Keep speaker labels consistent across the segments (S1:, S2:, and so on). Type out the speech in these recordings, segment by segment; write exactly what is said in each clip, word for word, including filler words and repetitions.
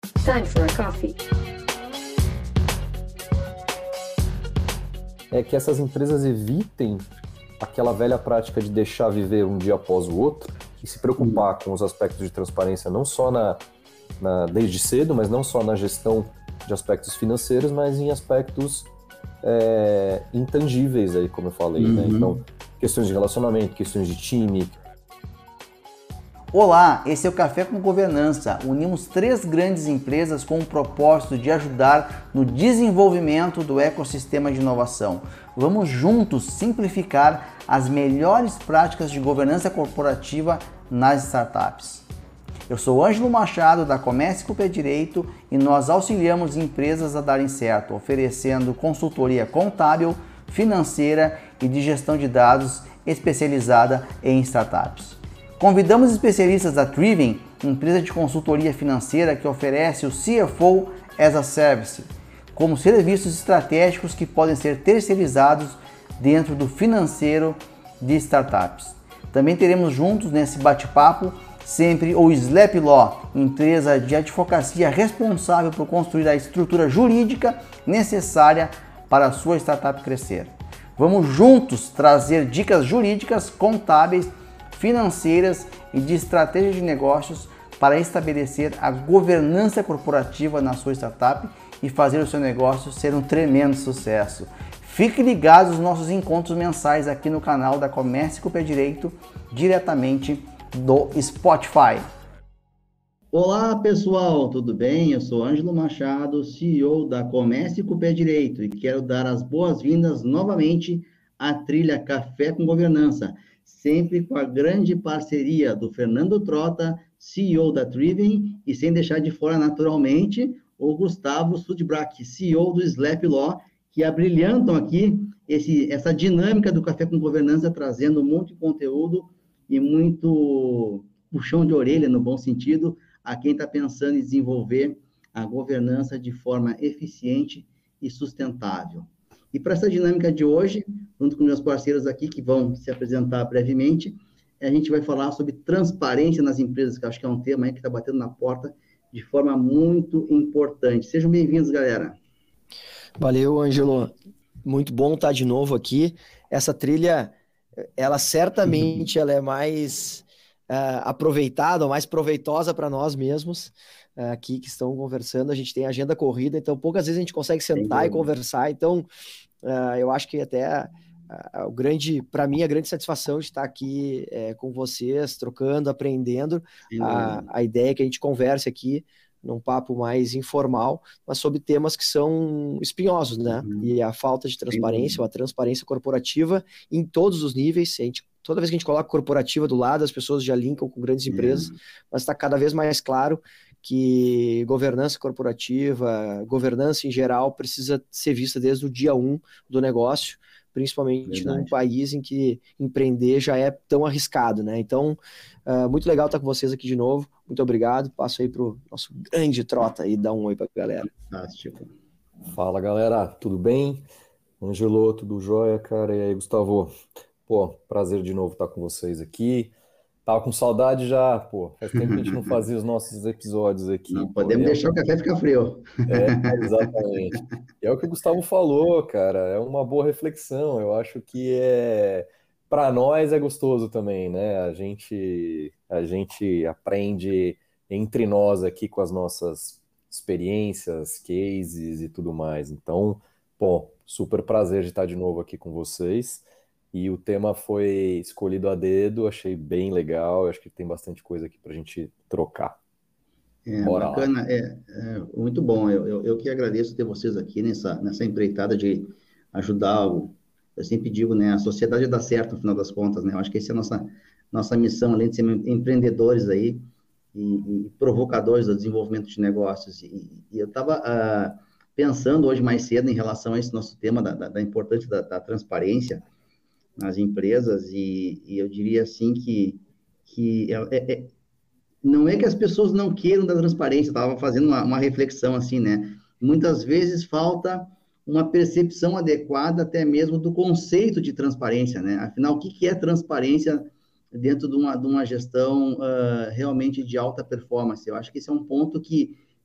S1: Time for a coffee.
S2: É que essas empresas evitem aquela velha prática de deixar viver um dia após o outro e se preocupar hum. com os aspectos de transparência, não só na, na, desde cedo, mas não só na gestão de aspectos financeiros, mas em aspectos é, intangíveis, aí, como eu falei, uhum. né? Então, questões de relacionamento, questões de time.
S3: Olá, esse é o Café com Governança. Unimos três grandes empresas com o propósito de ajudar no desenvolvimento do ecossistema de inovação. Vamos juntos simplificar as melhores práticas de governança corporativa nas startups. Eu sou Ângelo Machado, da Comece com o Pé Direito, e nós auxiliamos empresas a darem certo, oferecendo consultoria contábil, financeira e de gestão de dados especializada em startups. Convidamos especialistas da Triven, empresa de consultoria financeira que oferece o C F O as a Service, como serviços estratégicos que podem ser terceirizados dentro do financeiro de startups. Também teremos juntos nesse bate-papo sempre o Slap Law, empresa de advocacia responsável por construir a estrutura jurídica necessária para a sua startup crescer. Vamos juntos trazer dicas jurídicas, contábeis, financeiras e de estratégia de negócios para estabelecer a governança corporativa na sua startup e fazer o seu negócio ser um tremendo sucesso. Fique ligado aos nossos encontros mensais aqui no canal da Comece com o Pé Direito, diretamente do Spotify.
S4: Olá pessoal, tudo bem? Eu sou Ângelo Machado, C E O da Comece com o Pé Direito, e quero dar as boas-vindas novamente à trilha Café com Governança, sempre com a grande parceria do Fernando Trota, C E O da Triven, e sem deixar de fora, naturalmente, o Gustavo Sudbrack, C E O do Slap Law, que abrilhantam aqui esse, essa dinâmica do Café com Governança, trazendo muito conteúdo e muito puxão de orelha, no bom sentido, a quem está pensando em desenvolver a governança de forma eficiente e sustentável. E para essa dinâmica de hoje, junto com meus parceiros aqui, que vão se apresentar brevemente, a gente vai falar sobre transparência nas empresas, que eu acho que é um tema aí que está batendo na porta de forma muito importante. Sejam bem-vindos, galera.
S5: Valeu, Ângelo. Muito bom estar de novo aqui. Essa trilha, ela certamente ela é mais uh, aproveitada, mais proveitosa para nós mesmos, uh, aqui que estão conversando. A gente tem agenda corrida, então poucas vezes a gente consegue sentar e conversar. Então, uh, eu acho que até uh, o grande, para mim, a grande satisfação de estar aqui uh, com vocês, trocando, aprendendo. A, a ideia é que a gente converse aqui num papo mais informal, mas sobre temas que são espinhosos, né? Uhum. E a falta de transparência, ou a transparência corporativa em todos os níveis. A gente, toda vez que a gente coloca corporativa do lado, as pessoas já linkam com grandes empresas, uhum. mas está cada vez mais claro que governança corporativa, governança em geral, precisa ser vista desde o dia um do negócio, principalmente Verdade. Num país em que empreender já é tão arriscado, né? Então, uh, muito legal estar com vocês aqui de novo. Muito obrigado. Passo aí para o nosso grande Trota e dá um oi para a galera.
S4: Fantástico.
S2: Fala, galera. Tudo bem? Angelo, tudo jóia, cara? E aí, Gustavo? Pô, prazer de novo estar com vocês aqui. Tava com saudade já, pô. Faz tempo que a gente não fazia os nossos episódios aqui.
S4: Não
S2: pô,
S4: podemos
S2: é...
S4: deixar o café ficar frio.
S2: É, exatamente. E é o que o Gustavo falou, cara. É uma boa reflexão. Eu acho que é para nós é gostoso também, né? A gente a gente aprende entre nós aqui com as nossas experiências, cases e tudo mais. Então, pô, super prazer de estar de novo aqui com vocês. E o tema foi escolhido a dedo, achei bem legal, acho que tem bastante coisa aqui para a gente trocar.
S4: É, Bora bacana, é, é muito bom, eu, eu, eu que agradeço ter vocês aqui nessa, nessa empreitada de ajudar, o, eu sempre digo, né, a sociedade dá certo no final das contas, né, eu acho que essa é a nossa, nossa missão, além de ser empreendedores aí e, e provocadores do desenvolvimento de negócios, e, e eu estava uh, pensando hoje mais cedo em relação a esse nosso tema da, da, da importância da, da transparência nas empresas, e, e eu diria assim que, que é, é, não é que as pessoas não queiram da transparência, eu estava fazendo uma, uma reflexão assim, né? Muitas vezes falta uma percepção adequada até mesmo do conceito de transparência, né? Afinal, o que, que é transparência dentro de uma, de uma gestão uh, realmente de alta performance? Eu acho que esse é um ponto que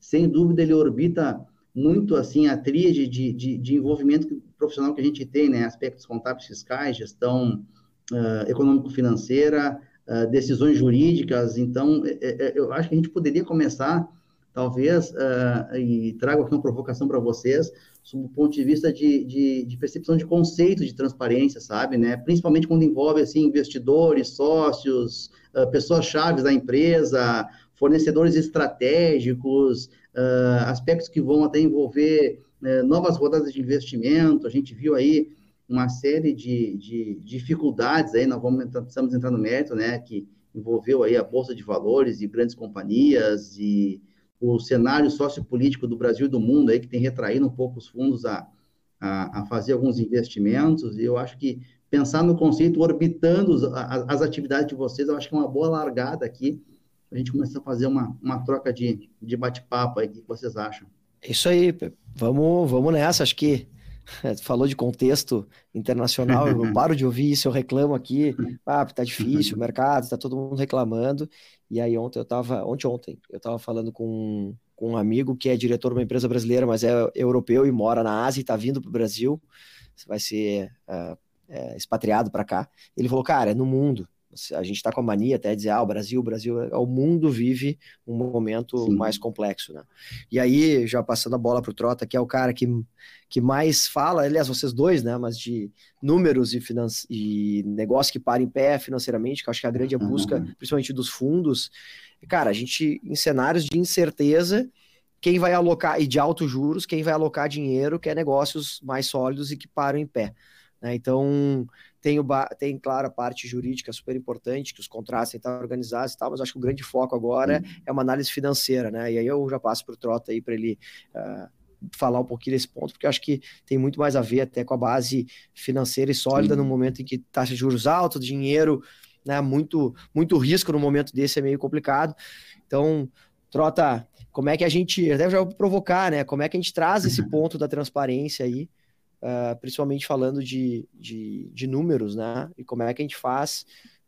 S4: sem dúvida ele orbita muito assim a tríade de, de, de envolvimento profissional que a gente tem, né? Aspectos contábeis fiscais, gestão uh, econômico-financeira, uh, decisões jurídicas. Então, é, é, eu acho que a gente poderia começar, talvez, uh, e trago aqui uma provocação para vocês, sob o ponto de vista de, de, de percepção de conceito de transparência, sabe, né? Principalmente quando envolve, assim, investidores, sócios, uh, pessoas-chave da empresa, fornecedores estratégicos, uh, aspectos que vão até envolver uh, novas rodadas de investimento. A gente viu aí uma série de, de dificuldades aí, nós vamos entrar, precisamos entrar no mérito, né, que envolveu aí a Bolsa de Valores e grandes companhias e o cenário sociopolítico do Brasil e do mundo aí, que tem retraído um pouco os fundos a, a, a fazer alguns investimentos, e eu acho que pensar no conceito orbitando as, as atividades de vocês, eu acho que é uma boa largada aqui, a gente começar a fazer uma, uma troca de, de bate-papo aí, o que vocês acham?
S5: Isso aí, vamos, vamos nessa, acho que falou de contexto internacional, eu paro de ouvir isso, eu reclamo aqui, ah, tá difícil, o mercado, tá todo mundo reclamando, e aí ontem eu tava, ontem, ontem, eu tava falando com, com um amigo que é diretor de uma empresa brasileira, mas é europeu e mora na Ásia e tá vindo pro Brasil, vai ser uh, é, expatriado para cá, ele falou, cara, é no mundo, a gente tá com a mania até de dizer, ah, o Brasil, o Brasil, o mundo vive um momento Sim. mais complexo, né? E aí, já passando a bola pro Trota, que é o cara que, que mais fala, aliás, vocês dois, né, mas de números e, financi- e negócio que para em pé financeiramente, que eu acho que a grande busca, uhum. principalmente dos fundos, cara, a gente, em cenários de incerteza, quem vai alocar, e de altos juros, quem vai alocar dinheiro quer negócios mais sólidos e que param em pé. Né? Então, tem, o ba- tem, claro, a parte jurídica super importante, que os contratos têm que estar organizados e tal, mas acho que o grande foco agora Sim. é uma análise financeira, né? E aí eu já passo para o Trota aí para ele uh, falar um pouquinho desse ponto, porque eu acho que tem muito mais a ver até com a base financeira e sólida Sim. no momento em que taxa de juros alta, dinheiro, né, muito, muito risco no momento desse é meio complicado. Então, Trota, como é que a gente, até já vou provocar, né? Como é que a gente traz esse ponto da transparência aí, Uh, principalmente falando de, de, de números, né? E como é que a gente faz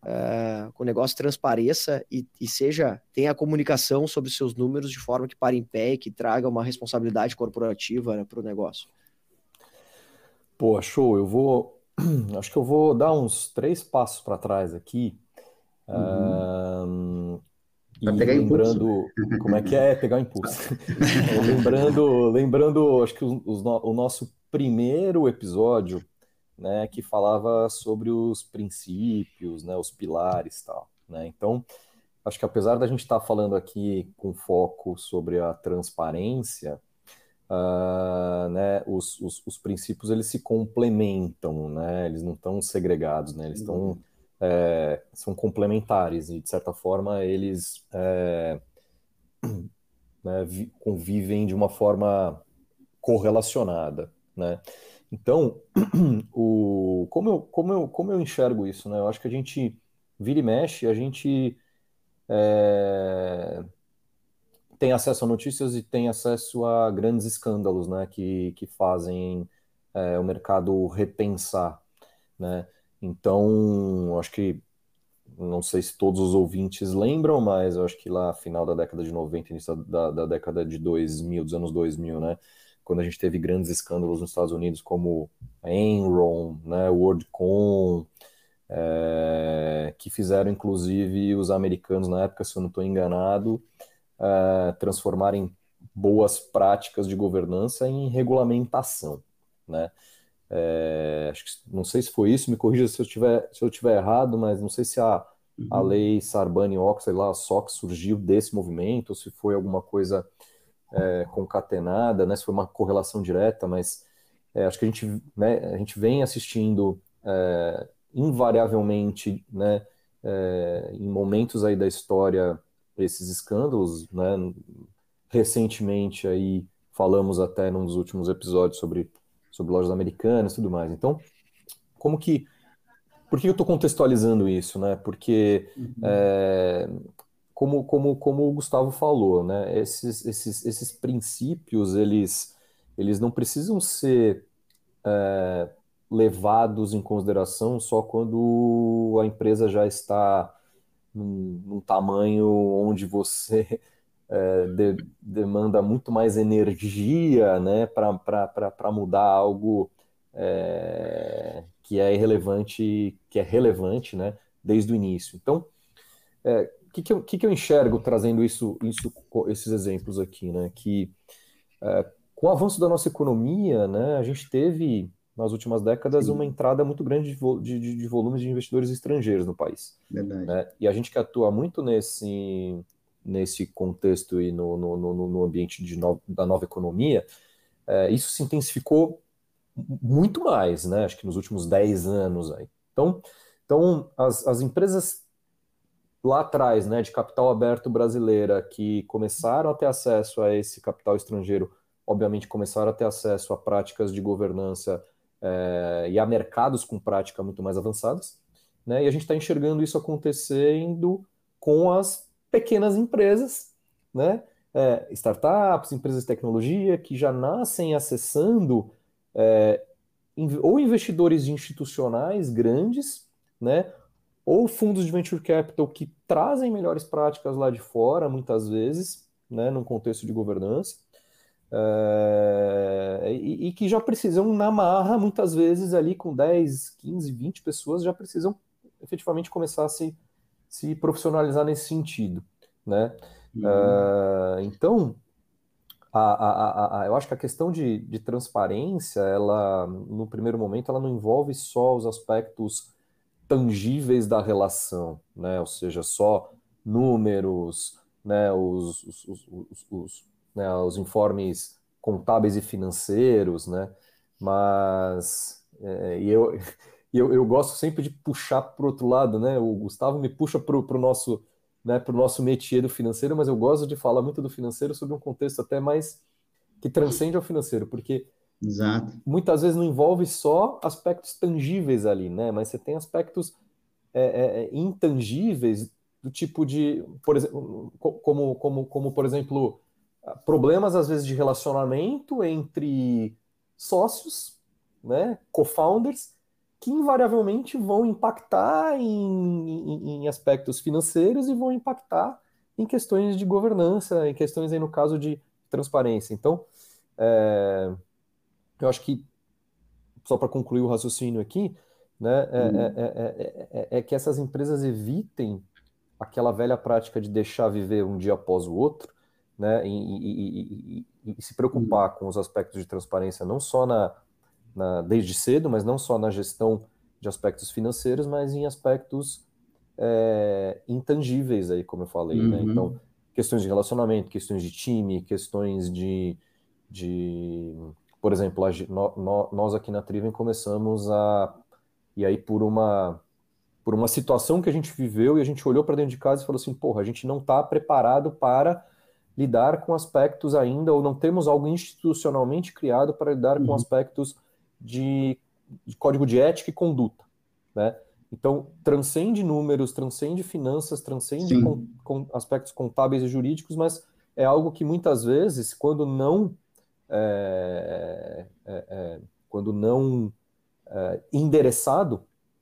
S5: uh, que o negócio transpareça e, e seja, tenha a comunicação sobre os seus números de forma que pare em pé e que traga uma responsabilidade corporativa, né, para o negócio.
S2: Pô, show. Eu vou, acho que eu vou dar uns três passos para trás aqui. Uhum. Uh, e
S4: pegar
S2: lembrando
S4: impulso.
S2: Como é que é pegar impulso. lembrando, lembrando, acho que os, os, o nosso primeiro episódio, né, que falava sobre os princípios, né, os pilares e tal, né? Então, acho que apesar da gente estar tá falando aqui com foco sobre a transparência, uh, né, os, os, os princípios eles se complementam, né? Eles não estão segregados, né? Eles estão uhum. é, são complementares e de certa forma eles é, né, vi, convivem de uma forma correlacionada, né? Então, o, como, eu, como, eu, como eu enxergo isso, né? Eu acho que a gente vira e mexe, a gente é, tem acesso a notícias e tem acesso a grandes escândalos, né? Que, que fazem é, o mercado repensar, né? Então, acho que não sei se todos os ouvintes lembram, mas eu acho que lá final da década de noventa, início da, da década de dois mil, dos anos dois mil, né? Quando a gente teve grandes escândalos nos Estados Unidos, como a Enron, né, o WorldCom, é, que fizeram, inclusive, os americanos, na época, se eu não estou enganado, é, transformarem boas práticas de governança em regulamentação, né? É, acho que, não sei se foi isso, me corrija se eu tiver, se eu tiver errado, mas não sei se a, uhum. a lei Sarbanes-Oxley, lá, a SOX, surgiu desse movimento, ou se foi alguma coisa... É, concatenada, né, se foi uma correlação direta, mas é, acho que a gente, né, a gente vem assistindo é, invariavelmente, né, é, em momentos aí da história esses escândalos, né, recentemente aí falamos até num dos últimos episódios sobre, sobre lojas americanas e tudo mais. Então, como que, por que eu estou contextualizando isso, né, porque uhum. é, Como, como, como o Gustavo falou, né? Esses, esses, esses princípios, eles, eles não precisam ser é, levados em consideração só quando a empresa já está num, num tamanho onde você é, de, demanda muito mais energia, né, para mudar algo é, que é irrelevante, que é relevante, né, desde o início. Então, o é, que, que, eu, que, que eu enxergo trazendo isso, isso, esses exemplos aqui, né, que é, com o avanço da nossa economia, né, a gente teve, nas últimas décadas,
S4: Sim.
S2: uma entrada muito grande de, vo, de, de volumes de investidores estrangeiros no país.
S4: Verdade.
S2: Né? E a gente que atua muito nesse, nesse contexto e no, no, no, no ambiente de no, da nova economia, é, isso se intensificou muito mais, né? Acho que nos últimos dez anos. Aí. Então, então as, as empresas lá atrás, né, de capital aberto brasileira, que começaram a ter acesso a esse capital estrangeiro, obviamente começaram a ter acesso a práticas de governança é, e a mercados com prática muito mais avançadas, né, e a gente está enxergando isso acontecendo com as pequenas empresas, né, é, startups, empresas de tecnologia, que já nascem acessando é, ou investidores institucionais grandes, né, ou fundos de venture capital que trazem melhores práticas lá de fora, muitas vezes, né, num contexto de governança, é, e, e que já precisam, na marra, muitas vezes, ali com dez, quinze, vinte pessoas, já precisam efetivamente começar a se, se profissionalizar nesse sentido. Né? Uhum. É, então, a, a, a, eu acho que a questão de, de transparência, ela, no primeiro momento, ela não envolve só os aspectos tangíveis da relação, né? Ou seja, só números, né? Os, os, os, os, os, né? os informes contábeis e financeiros, né? Mas é, e eu, eu, eu gosto sempre de puxar para o outro lado, né? O Gustavo me puxa para o nosso, né? Para o nosso métier do financeiro, mas eu gosto de falar muito do financeiro sob um contexto até mais que transcende ao financeiro, porque
S4: Exato.
S2: muitas vezes não envolve só aspectos tangíveis ali, né? Mas você tem aspectos é, é, intangíveis do tipo de, por exemplo, como, como, como, por exemplo, problemas às vezes de relacionamento entre sócios, né? Co-founders, que invariavelmente vão impactar em, em, em aspectos financeiros e vão impactar em questões de governança, em questões aí no caso de transparência. Então, é, eu acho que, só para concluir o raciocínio aqui, né, é,
S4: Hum.
S2: é, é, é, é que essas empresas evitem aquela velha prática de deixar viver um dia após o outro, né, e, e, e, e, e se preocupar
S4: Hum.
S2: com os aspectos de transparência, não só na, na, desde cedo, mas não só na gestão de aspectos financeiros, mas em aspectos é, intangíveis, aí, como eu falei.
S4: Uhum.
S2: Né? Então, questões de relacionamento, questões de time, questões de... de por exemplo, a, no, nós aqui na Triven começamos a... E aí, por uma, por uma situação que a gente viveu, e a gente olhou para dentro de casa e falou assim, porra, a gente não está preparado para lidar com aspectos ainda, ou não temos algo institucionalmente criado para lidar uhum. com aspectos de, de código de ética e conduta. Né? Então, transcende números, transcende finanças, transcende com, com aspectos contábeis e jurídicos, mas é algo que muitas vezes, quando não... É, é, é, quando não é, endereçado,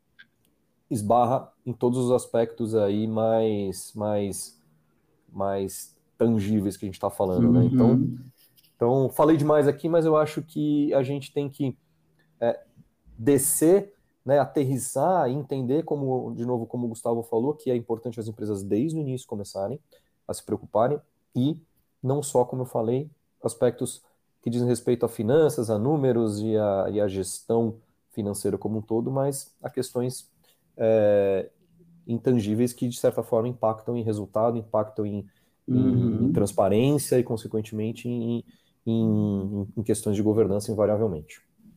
S2: esbarra em todos os aspectos aí mais, mais, mais tangíveis que a gente está falando, uhum. né? Então, então, falei demais aqui, mas eu acho que a gente tem que é, descer, né, aterrissar e entender, como, de novo, como o Gustavo falou, que é importante as empresas desde o início começarem a se preocuparem e não só, como eu falei, aspectos que dizem respeito a finanças, a números e a, e a gestão financeira como um todo, mas a questões é, intangíveis que, de certa forma, impactam em resultado, impactam em, uhum. em, em transparência e, consequentemente, em, em, em questões de governança, invariavelmente.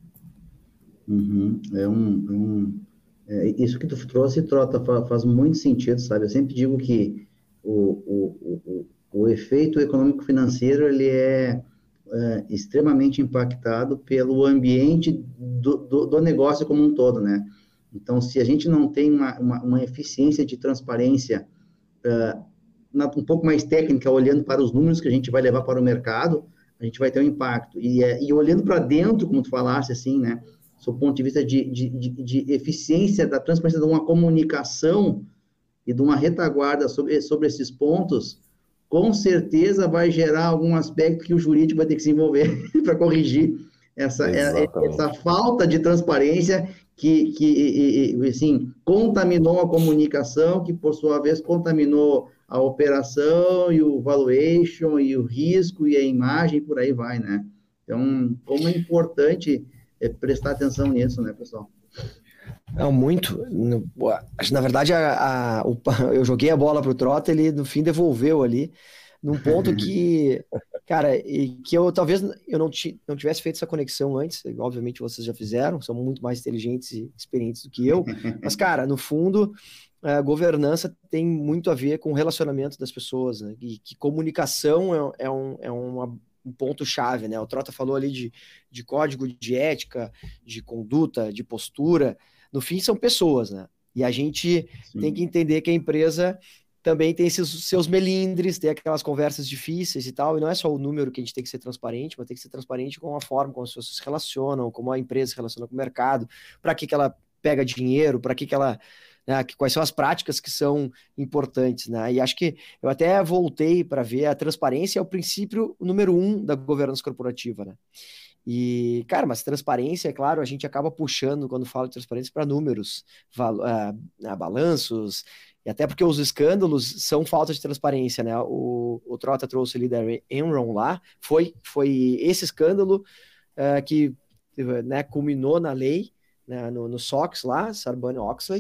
S4: Uhum. É um, um, é, isso que tu trouxe, Trota, faz muito sentido, sabe? Eu sempre digo que o, o, o, o efeito econômico-financeiro, ele é... É, extremamente impactado pelo ambiente do, do, do negócio como um todo, né? Então, se a gente não tem uma, uma, uma eficiência de transparência uh, na, um pouco mais técnica, olhando para os números que a gente vai levar para o mercado, a gente vai ter um impacto. E, e olhando para dentro, como tu falaste, assim, né? Do ponto de vista de, de, de, de eficiência da transparência de uma comunicação e de uma retaguarda sobre, sobre esses pontos, com certeza vai gerar algum aspecto que o jurídico vai ter que se envolver para corrigir essa, essa falta de transparência que, que assim, contaminou a comunicação, que por sua vez contaminou a operação e o valuation e o risco e a imagem, por aí vai, né? Então, como é importante é, prestar atenção nisso, né, pessoal?
S5: Não, muito. Na verdade, a, a, o, eu joguei a bola pro Trota, ele no fim devolveu ali, num ponto que, cara, e que eu talvez eu não, ti, não tivesse feito essa conexão antes, obviamente vocês já fizeram, são muito mais inteligentes e experientes do que eu, mas, cara, no fundo, a governança tem muito a ver com o relacionamento das pessoas, né? E que comunicação é, é, um, é uma, um ponto-chave, né? O Trota falou ali de, de código de ética, de conduta, de postura. No fim, são pessoas, né? E a gente Sim. tem que entender que a empresa também tem esses seus melindres, tem aquelas conversas difíceis e tal, e não é só o número que a gente tem que ser transparente, mas tem que ser transparente com a forma como as pessoas se relacionam, como a empresa se relaciona com o mercado, para que, que ela pega dinheiro, para que, que ela... Né, que, quais são as práticas que são importantes, né? E acho que eu até voltei para ver a transparência é o princípio número um da governança corporativa, né? E, cara, mas transparência, é claro, a gente acaba puxando, quando fala de transparência, para números, val, uh, uh, balanços, e até porque os escândalos são falta de transparência, né? O, o Trota trouxe ali da Enron lá, foi, foi esse escândalo uh, que né, culminou na lei, né, no, no SOX lá, Sarbanes-Oxley,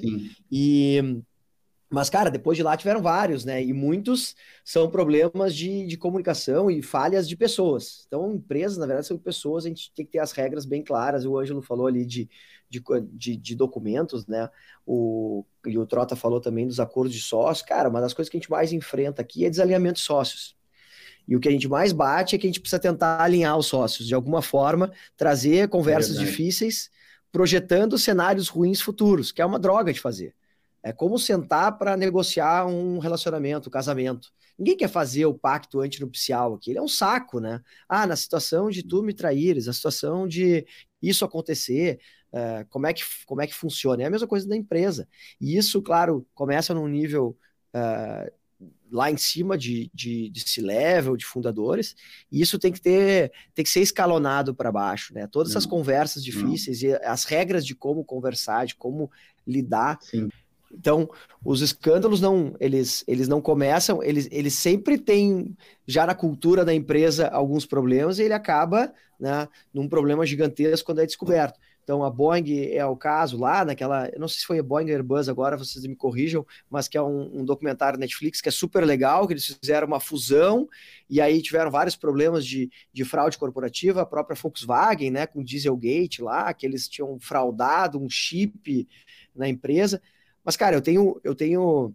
S5: e... Mas, cara, depois de lá tiveram vários, né? E muitos são problemas de, de comunicação e falhas de pessoas. Então, empresas, na verdade, são pessoas, a gente tem que ter as regras bem claras. O Ângelo falou ali de, de, de, de documentos, né? O, e o Trota falou também dos acordos de sócios. Cara, uma das coisas que a gente mais enfrenta aqui é desalinhamento de sócios. E o que a gente mais bate é que a gente precisa tentar alinhar os sócios, de alguma forma, trazer conversas é difíceis, projetando cenários ruins futuros, que é uma droga de fazer. É como sentar para negociar um relacionamento, um casamento. Ninguém quer fazer o pacto antinupcial aqui. Ele é um saco, né? Ah, na situação de tu me traíres, a situação de isso acontecer, uh, como, é que, como é que funciona? É a mesma coisa da empresa. E isso, claro, começa num nível uh, lá em cima de, de, de C-level, de fundadores, e isso tem que ter, tem que ser escalonado para baixo, né? Todas essas conversas difíceis não. E as regras de como conversar, de como lidar.
S4: Sim.
S5: Então, os escândalos não, eles, eles não começam, eles, eles sempre têm, já na cultura da empresa, alguns problemas, e ele acaba, né, num problema gigantesco quando é descoberto. Então, a Boeing é o caso lá, naquela, eu não sei se foi a Boeing ou Airbus agora, vocês me corrijam, mas que é um, um documentário Netflix que é super legal, que eles fizeram uma fusão, e aí tiveram vários problemas de, de fraude corporativa, a própria Volkswagen, né, com o Dieselgate lá, que eles tinham fraudado um chip na empresa. Mas, cara, eu tenho, eu tenho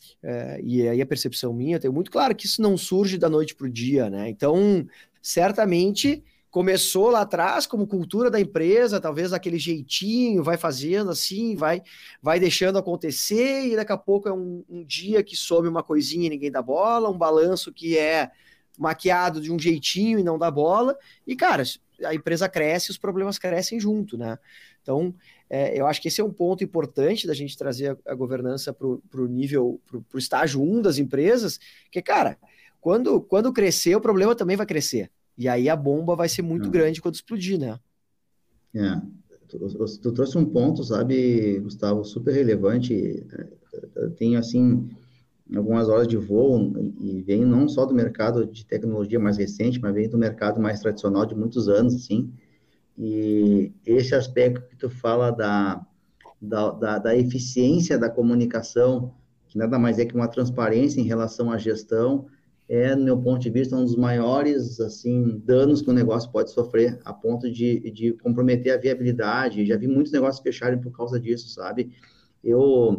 S5: é, e aí a percepção minha, eu tenho muito claro que isso não surge da noite para o dia, né? Então, certamente começou lá atrás como cultura da empresa, talvez aquele jeitinho, vai fazendo assim, vai, vai deixando acontecer, e daqui a pouco é um, um dia que some uma coisinha e ninguém dá bola, um balanço que é maquiado de um jeitinho e não dá bola, e, cara, a empresa cresce, os problemas crescem junto, né? Então, é, eu acho que esse é um ponto importante da gente trazer a, a governança para o nível, para o estágio um das empresas, que, cara, quando, quando crescer, o problema também vai crescer. E aí a bomba vai ser muito é. grande quando explodir, né?
S4: É. Tu, tu, tu trouxe um ponto, sabe, Gustavo, super relevante. Eu tenho, assim, algumas horas de voo e venho não só do mercado de tecnologia mais recente, mas venho do mercado mais tradicional de muitos anos, assim. E esse aspecto que tu fala da, da, da, da eficiência da comunicação, que nada mais é que uma transparência em relação à gestão, é, no meu ponto de vista, um dos maiores, assim, danos que o negócio pode sofrer, a ponto de, de comprometer a viabilidade. Já vi muitos negócios fecharem por causa disso, sabe? Eu,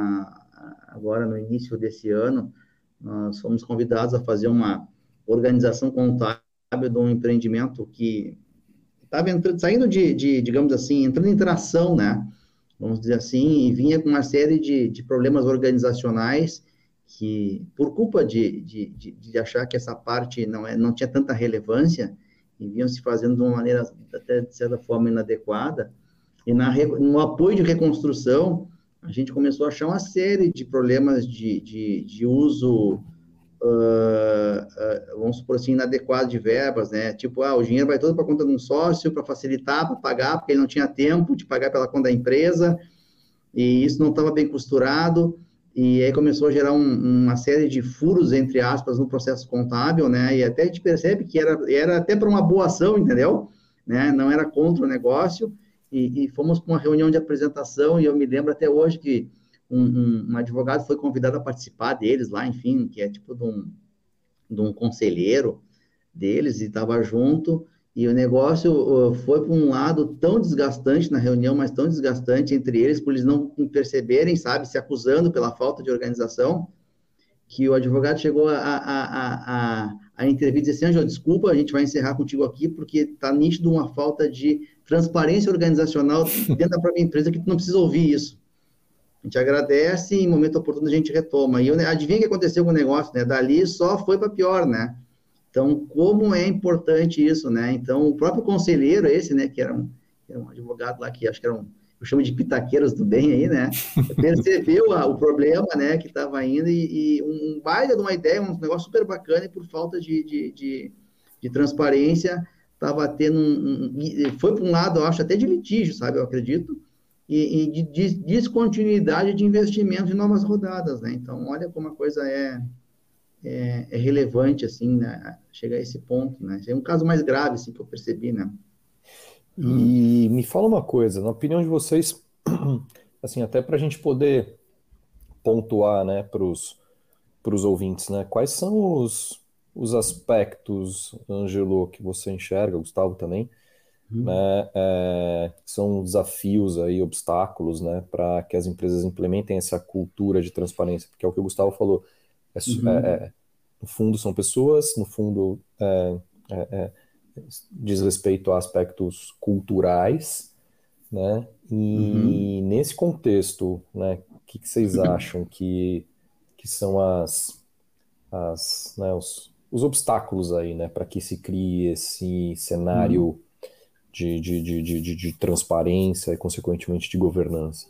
S4: agora no início desse ano, nós fomos convidados a fazer uma organização contábil de um empreendimento que estava saindo de, de, digamos assim, entrando em tração, né? Vamos dizer assim, e vinha com uma série de, de problemas organizacionais que, por culpa de, de, de, de achar que essa parte não, é, não tinha tanta relevância, e vinham se fazendo de uma maneira, até de certa forma, inadequada, e na, no apoio de reconstrução, a gente começou a achar uma série de problemas de, de, de uso uh, uh, vamos supor assim, inadequado de verbas, né? Tipo, ah, o dinheiro vai todo para a conta de um sócio para facilitar, para pagar, porque ele não tinha tempo de pagar pela conta da empresa, e isso não estava bem costurado, e aí começou a gerar um, uma série de furos, entre aspas, no processo contábil, né? E até a gente percebe que era, era até para uma boa ação, entendeu? Né? Não era contra o negócio, e, e fomos para uma reunião de apresentação, e eu me lembro até hoje que um, um, um advogado foi convidado a participar deles lá, enfim, que é tipo de um, de um conselheiro deles, e estava junto, e o negócio uh, foi para um lado tão desgastante na reunião, mas tão desgastante entre eles, por eles não perceberem, sabe, se acusando pela falta de organização, que o advogado chegou a, a, a, a, a intervir e dizer assim, Ângelo, desculpa, a gente vai encerrar contigo aqui, porque está nítido uma falta de transparência organizacional dentro da própria empresa, que tu não precisa ouvir isso. A gente agradece e em momento oportuno a gente retoma. E adivinha o que aconteceu com o negócio, né? Dali só foi para pior, né? Então, como é importante isso, né? Então, o próprio conselheiro esse, né, que era um, era um advogado lá, que acho que era um, eu chamo de pitaqueiros do bem aí, né? Percebeu a, o problema, né, que estava indo e, e um baita de uma ideia, um negócio super bacana, e por falta de, de, de, de transparência, estava tendo um, um, foi para um lado, eu acho, até de litígio, sabe? Eu acredito, e, e de, de descontinuidade de investimento em novas rodadas, né? Então, olha como a coisa é... É, é relevante, assim, né, chegar a esse ponto, né, é um caso mais grave, assim, que eu percebi, né.
S2: E me fala uma coisa, na opinião de vocês, assim, até para a gente poder pontuar, né, para os ouvintes, né, quais são os, os aspectos, Ângelo, que você enxerga, Gustavo também, hum. né, é, são desafios aí, obstáculos, né, para que as empresas implementem essa cultura de transparência, porque é o que o Gustavo falou. É, uhum. é, é, no fundo são pessoas, no fundo é, é, é, diz respeito a aspectos culturais, né? E uhum. nesse contexto, né, o que, que vocês acham que, que são as, as, né, os, os obstáculos aí, né, para que se crie esse cenário uhum. de, de, de, de, de, de transparência e, consequentemente, de governança?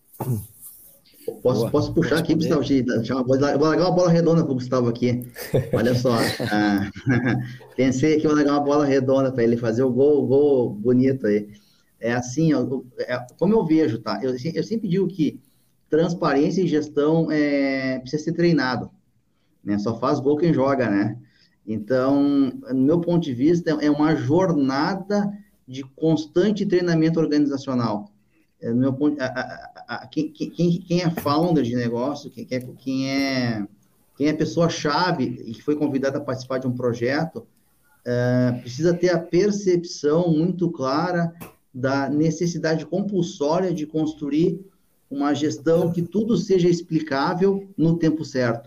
S4: Posso, boa, posso puxar aqui, Gustavo? Vou largar uma bola redonda para o Gustavo aqui. Olha só. ah, pensei que vou largar uma bola redonda para ele fazer o gol, o gol bonito aí. É assim, ó, é, como eu vejo, tá? Eu, eu sempre digo que transparência e gestão é, precisa ser treinado, né? Só faz gol quem joga, né? Então, no meu ponto de vista, é uma jornada de constante treinamento organizacional. No meu ponto, a, a, a, quem, quem, quem é founder de negócio, quem, quem é quem é pessoa-chave e que foi convidado a participar de um projeto, uh, precisa ter a percepção muito clara da necessidade compulsória de construir uma gestão que tudo seja explicável no tempo certo.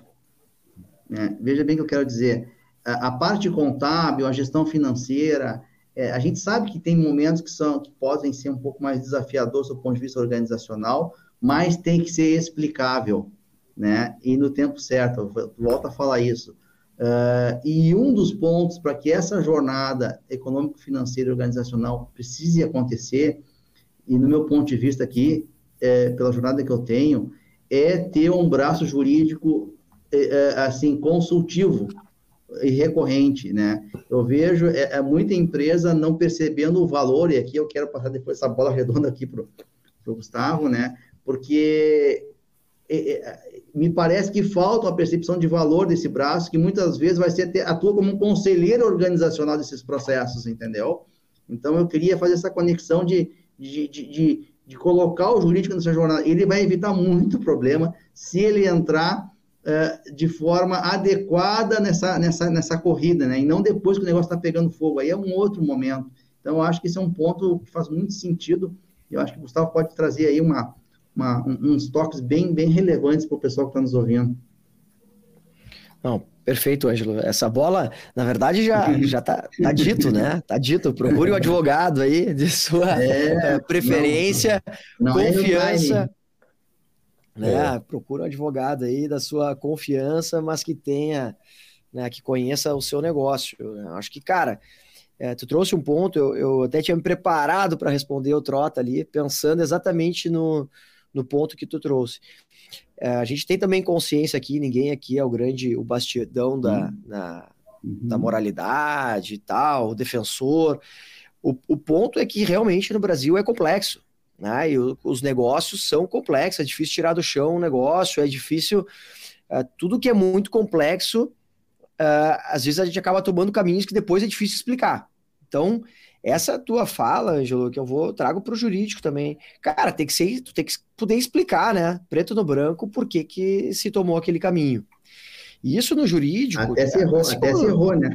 S4: É, veja bem o que eu quero dizer. A, a parte contábil, a gestão financeira, É, a gente sabe que tem momentos que, são, que podem ser um pouco mais desafiadores do ponto de vista organizacional, mas tem que ser explicável, né? E no tempo certo, eu volto a falar isso. Uh, e um dos pontos para que essa jornada econômico-financeira e organizacional precise acontecer, e no meu ponto de vista aqui, é, pela jornada que eu tenho, é ter um braço jurídico é, assim, consultivo e recorrente, né? Eu vejo é, é muita empresa não percebendo o valor, e aqui eu quero passar depois essa bola redonda aqui para o Gustavo, né? Porque é, é, me parece que falta uma percepção de valor desse braço, que muitas vezes vai ser até, atua como um conselheiro organizacional desses processos, entendeu? Então, eu queria fazer essa conexão de, de, de, de, de colocar o jurídico nessa jornada. Ele vai evitar muito problema se ele entrar de forma adequada nessa, nessa, nessa corrida, né? E não depois que o negócio está pegando fogo, aí é um outro momento. Então, eu acho que esse é um ponto que faz muito sentido, e eu acho que o Gustavo pode trazer aí uma, uma, uns toques bem, bem relevantes para o pessoal que está nos ouvindo.
S5: Não, perfeito, Ângelo. Essa bola, na verdade, já já tá, tá dito, né? Tá dito. Procure um advogado aí de sua é, preferência, não, não confiança. É Né? É. Procura um advogado aí da sua confiança, mas que tenha, né, que conheça o seu negócio. Acho que, cara, é, tu trouxe um ponto, eu, eu até tinha me preparado para responder o Trota ali, pensando exatamente no, no ponto que tu trouxe. É, a gente tem também consciência aqui, ninguém aqui é o grande, o bastidão da,
S4: Uhum.
S5: na,
S4: Uhum.
S5: da moralidade e tal, o defensor. O, o ponto é que realmente no Brasil é complexo, né? E o, os negócios são complexos, é difícil tirar do chão um negócio, é difícil, uh, tudo que é muito complexo, uh, às vezes a gente acaba tomando caminhos que depois é difícil explicar. Então, essa tua fala, Ângelo, que eu vou trago para o jurídico também. Cara, tem que ser, tu tem que poder explicar, né? Preto no branco, por que que se tomou aquele caminho. E isso no jurídico.
S4: Até se errou,
S5: assim
S4: até
S5: como...
S4: se errou, né?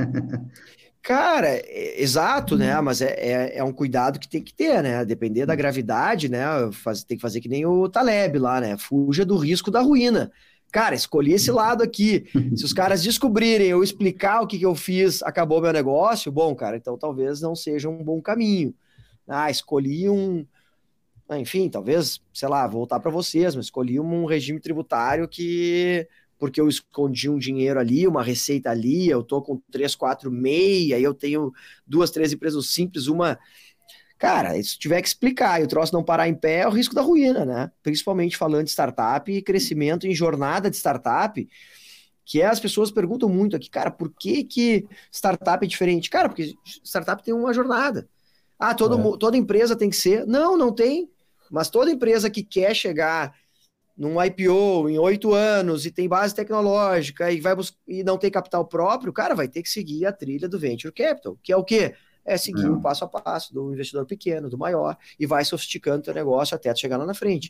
S5: Cara, é, exato, né? Mas é, é, é um cuidado que tem que ter, né? Depender da gravidade, né? Faz, tem que fazer que nem o Taleb lá, né? Fuja do risco da ruína. Cara, escolhi esse lado aqui. Se os caras descobrirem, eu explicar o que, que eu fiz, acabou meu negócio, bom, cara, então talvez não seja um bom caminho. Ah, escolhi um. Enfim, talvez, sei lá, voltar para vocês, mas escolhi um regime tributário que. Porque eu escondi um dinheiro ali, uma receita ali, eu tô com três, quatro, meia, eu tenho duas, três empresas simples, uma. Cara, se tiver que explicar e o troço não parar em pé, é o risco da ruína, né? Principalmente falando de startup e crescimento em jornada de startup, que é, as pessoas perguntam muito aqui, cara, por que que startup é diferente? Cara, porque startup tem uma jornada. Ah, todo,
S2: É.
S5: toda empresa tem que ser. Não, não tem. Mas toda empresa que quer chegar num I P O em oito anos e tem base tecnológica e, vai bus- e não tem capital próprio, cara, vai ter que seguir a trilha do Venture Capital, que é o quê? É seguir o passo a passo do investidor pequeno, do maior, e vai sofisticando o teu negócio até tu chegar lá na frente.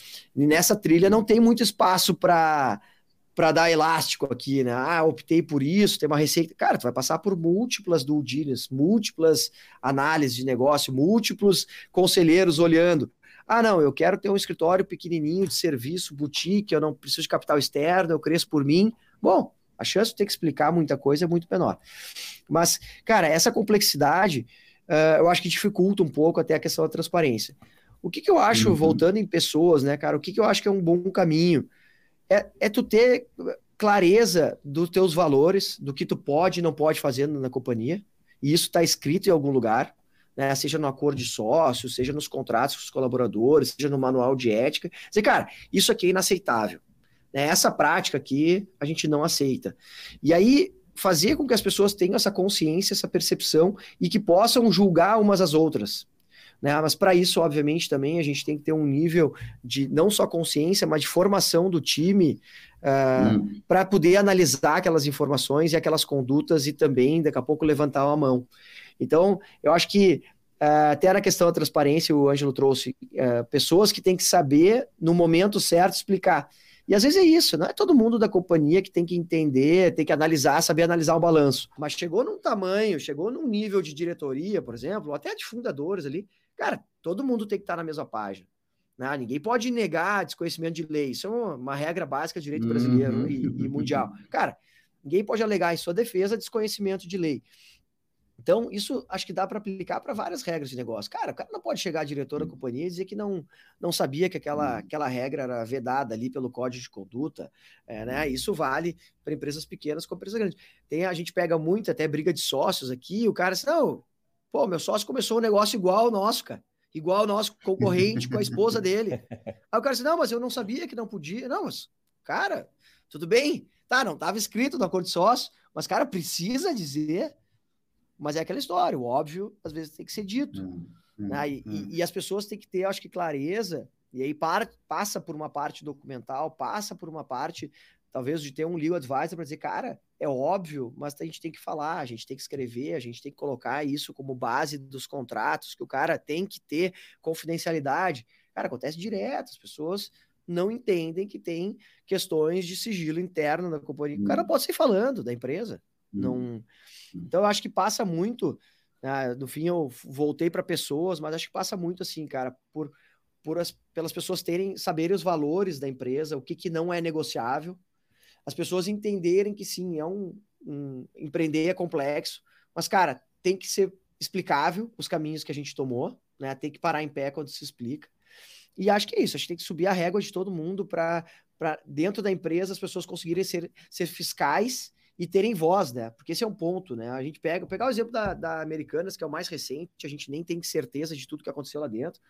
S5: E nessa trilha não tem muito espaço para para dar elástico aqui, né? Ah, optei por isso, tem uma receita. Cara, tu vai passar por múltiplas due diligence, múltiplas análises de negócio, múltiplos conselheiros olhando. Ah, não, eu quero ter um escritório pequenininho de serviço, boutique, eu não preciso de capital externo, eu cresço por mim. Bom, a chance de ter que explicar muita coisa é muito menor. Mas, cara, essa complexidade, uh, eu acho que dificulta um pouco até a questão da transparência. O que, que eu acho,
S4: Uhum.
S5: voltando em pessoas, né, cara, o que, que eu acho que é um bom caminho? É, é tu ter clareza dos teus valores, do que tu pode e não pode fazer na companhia, e isso está escrito em algum lugar, né, seja no acordo de sócio, seja nos contratos com os colaboradores, seja no manual de ética. Dizer, cara, isso aqui é inaceitável. Né, essa prática aqui a gente não aceita. E aí, fazer com que as pessoas tenham essa consciência, essa percepção, e que possam julgar umas às outras. Né? Mas para isso, obviamente, também a gente tem que ter um nível de não só consciência, mas de formação do time uh,
S4: Uhum.
S5: para poder analisar aquelas informações e aquelas condutas e também, daqui a pouco, levantar uma mão. Então, eu acho que uh, até na questão da transparência, o Ângelo trouxe uh, pessoas que têm que saber, no momento certo, explicar. E às vezes é isso, não é todo mundo da companhia que tem que entender, tem que analisar, saber analisar o balanço. Mas chegou num tamanho, chegou num nível de diretoria, por exemplo, ou até de fundadores ali, cara, todo mundo tem que estar na mesma página. Né? Ninguém pode negar desconhecimento de lei. Isso é uma, uma regra básica do direito brasileiro
S4: Uhum.
S5: e, e mundial. Cara, ninguém pode alegar em sua defesa desconhecimento de lei. Então, isso acho que dá para aplicar para várias regras de negócio. Cara, o cara não pode chegar a diretor da companhia e dizer que não, não sabia que aquela, aquela regra era vedada ali pelo código de conduta. É, né? Isso vale para empresas pequenas como empresas grandes. Tem, a gente pega muito até briga de sócios aqui, o cara diz, não, pô, meu sócio começou um negócio igual ao nosso, cara. Igual ao nosso concorrente com a esposa dele. Aí o cara diz, não, mas eu não sabia que não podia. Não, mas, cara, tudo bem. Tá, não estava escrito no acordo de sócio, mas, cara, precisa dizer... Mas é aquela história, o óbvio às vezes tem que ser dito.
S4: Uhum.
S5: Né? E,
S4: Uhum.
S5: e, e as pessoas têm que ter, acho que, clareza, e aí para, passa por uma parte documental, passa por uma parte, talvez, de ter um legal advisor para dizer, cara, é óbvio, mas a gente tem que falar, a gente tem que escrever, a gente tem que colocar isso como base dos contratos, que o cara tem que ter confidencialidade. Cara, acontece direto, as pessoas não entendem que tem questões de sigilo interno da companhia. O cara não pode sair falando da empresa. Não... Então, eu acho que passa muito, né? No fim, eu voltei para pessoas, mas acho que passa muito assim, cara, por, por as, pelas pessoas terem, saberem os valores da empresa, o que, que não é negociável, as pessoas entenderem que sim, é um, um empreender é complexo, mas, cara, tem que ser explicável os caminhos que a gente tomou, né? Tem que parar em pé quando se explica. E acho que é isso, a gente tem que subir a régua de todo mundo para dentro da empresa as pessoas conseguirem ser, ser fiscais e terem voz, né? Porque esse é um ponto, né? A gente pega, pegar o exemplo da, da Americanas, que é o mais recente, a gente nem tem certeza de tudo que aconteceu lá dentro,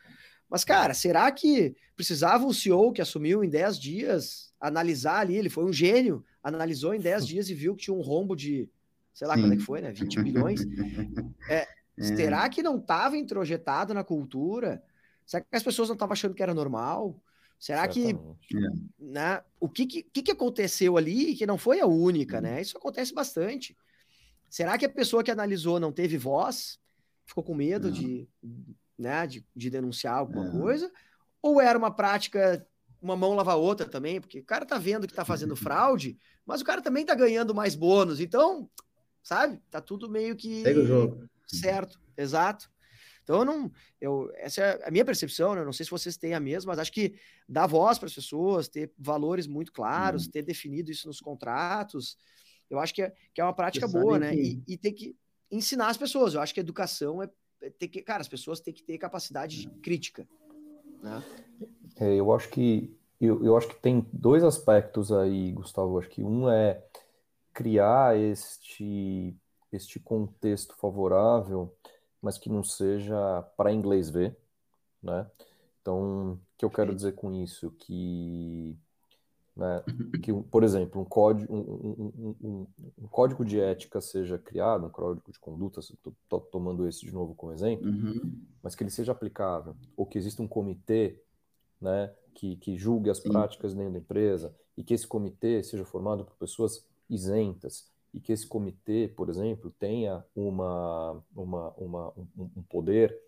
S5: Mas, cara, será que precisava o C E O que assumiu em dez dias analisar ali? Ele foi um gênio, analisou em dez dias e viu que tinha um rombo de, sei lá quanto é que
S4: Sim.
S5: foi, né? vinte bilhões. É,
S4: É,
S5: será que não estava introjetado na cultura? Será que as pessoas não estavam achando que era normal? Será que,
S2: Certamente.
S4: é.
S5: né, o que, que, que aconteceu ali que não foi a única, né? Isso acontece bastante. Será que a pessoa que analisou não teve voz? Ficou com medo
S4: Não,
S5: de, né, de, de denunciar alguma
S4: é.
S5: coisa? Ou era uma prática, uma mão lava a outra também? Porque o cara tá vendo que tá fazendo fraude, mas o cara também tá ganhando mais bônus. Então, sabe? Tá tudo meio
S4: Segue o
S5: que
S4: jogo.
S5: certo, exato. Então, eu não, eu, essa é a minha percepção, né? Eu não sei se vocês têm a mesma, mas acho que dar voz para as pessoas, ter valores muito claros, ter definido isso nos contratos, eu acho que é, que é uma
S4: Você
S5: prática boa,
S4: sabe
S5: né?
S4: que
S5: E, e ter que ensinar as pessoas. Eu acho que a educação é, é ter que, cara, as pessoas têm que ter capacidade crítica, né?
S2: É, eu acho que eu, eu acho que tem dois aspectos aí, Gustavo. Eu acho que um é criar este este contexto favorável, mas que não seja para inglês ver, né? Então, o que eu quero
S5: Perfeito.
S2: dizer com isso? Que, né, que por exemplo, um código, um, um- um- um- um código de ética seja criado, um código de conduta, estou tomando esse de novo como exemplo,
S4: uhum,
S2: mas que ele seja aplicável, ou que exista um comitê, né, que, que julgue as
S4: sim,
S2: práticas dentro da empresa, e que esse comitê seja formado por pessoas isentas, e que esse comitê, por exemplo, tenha uma, uma, uma, um, um poder,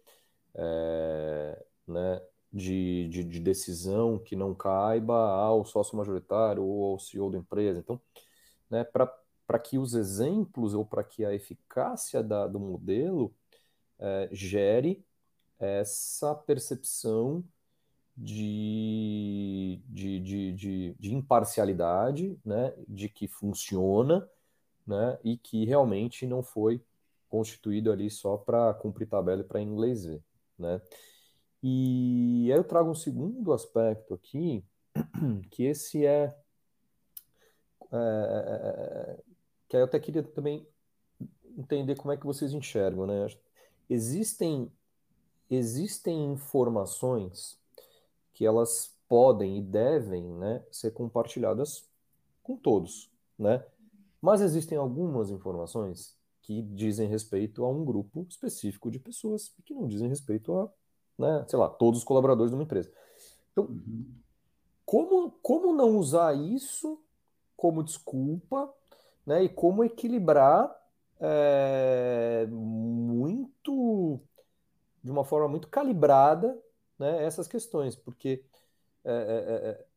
S2: é, né, de, de, de decisão que não caiba ao sócio majoritário ou ao C E O da empresa. Então, né, para para que os exemplos ou para que a eficácia da, do modelo é, gere essa percepção de, de, de, de, de imparcialidade, né, de que funciona, né, e que realmente não foi constituído ali só para cumprir tabela e para inglês ver, né. E aí eu trago um segundo aspecto aqui, que esse é, é, que aí eu até queria também entender como é que vocês enxergam, né? Existem, existem informações que elas podem e devem, né, ser compartilhadas com todos, né? Mas existem algumas informações que dizem respeito a um grupo específico de pessoas e que não dizem respeito a, né, sei lá, todos os colaboradores de uma empresa. Então,
S4: uhum,
S2: como, como não usar isso como desculpa, né, e como equilibrar é, muito, de uma forma muito calibrada, né, essas questões, porque é, é, é,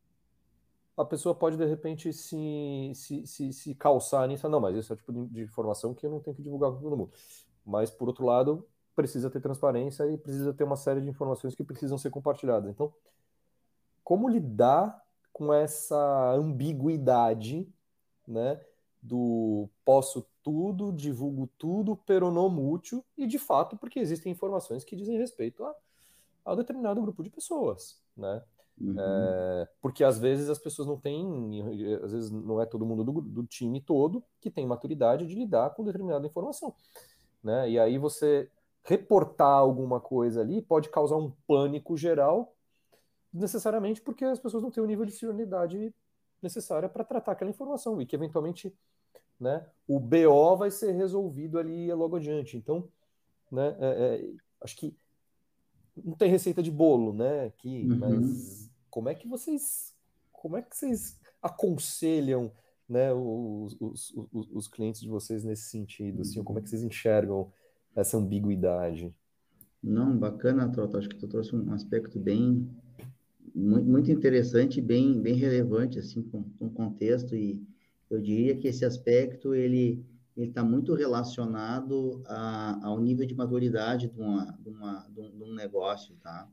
S2: a pessoa pode de repente se, se, se, se calçar nisso, não, mas esse é o tipo de, de informação que eu não tenho que divulgar para todo mundo. Mas, por outro lado, precisa ter transparência e precisa ter uma série de informações que precisam ser compartilhadas. Então, como lidar com essa ambiguidade, né, do posso tudo, divulgo tudo, pero não mútil, e de fato, porque existem informações que dizem respeito a, a um determinado grupo de pessoas, né?
S4: uhum,
S2: É, porque às vezes as pessoas não têm, às vezes não é todo mundo do, do time todo que tem maturidade de lidar com determinada informação, né? E aí você reportar alguma coisa ali pode causar um pânico geral, necessariamente porque as pessoas não têm o nível de serenidade necessária para tratar aquela informação e que eventualmente, né, o B O vai ser resolvido ali logo adiante. Então, né, é, é, acho que não tem receita de bolo, né, aqui,
S4: uhum.
S2: mas como é que vocês, como é que vocês aconselham, né, os, os, os, os clientes de vocês nesse sentido, assim, como é que vocês enxergam essa ambiguidade?
S4: Não, bacana, Trota. Acho que tu trouxe um aspecto bem, muito, muito interessante, bem, bem relevante, assim, com, com o contexto, e eu diria que esse aspecto, ele ele está muito relacionado a, ao nível de maturidade de, uma, de, uma, de, um, de um negócio, tá?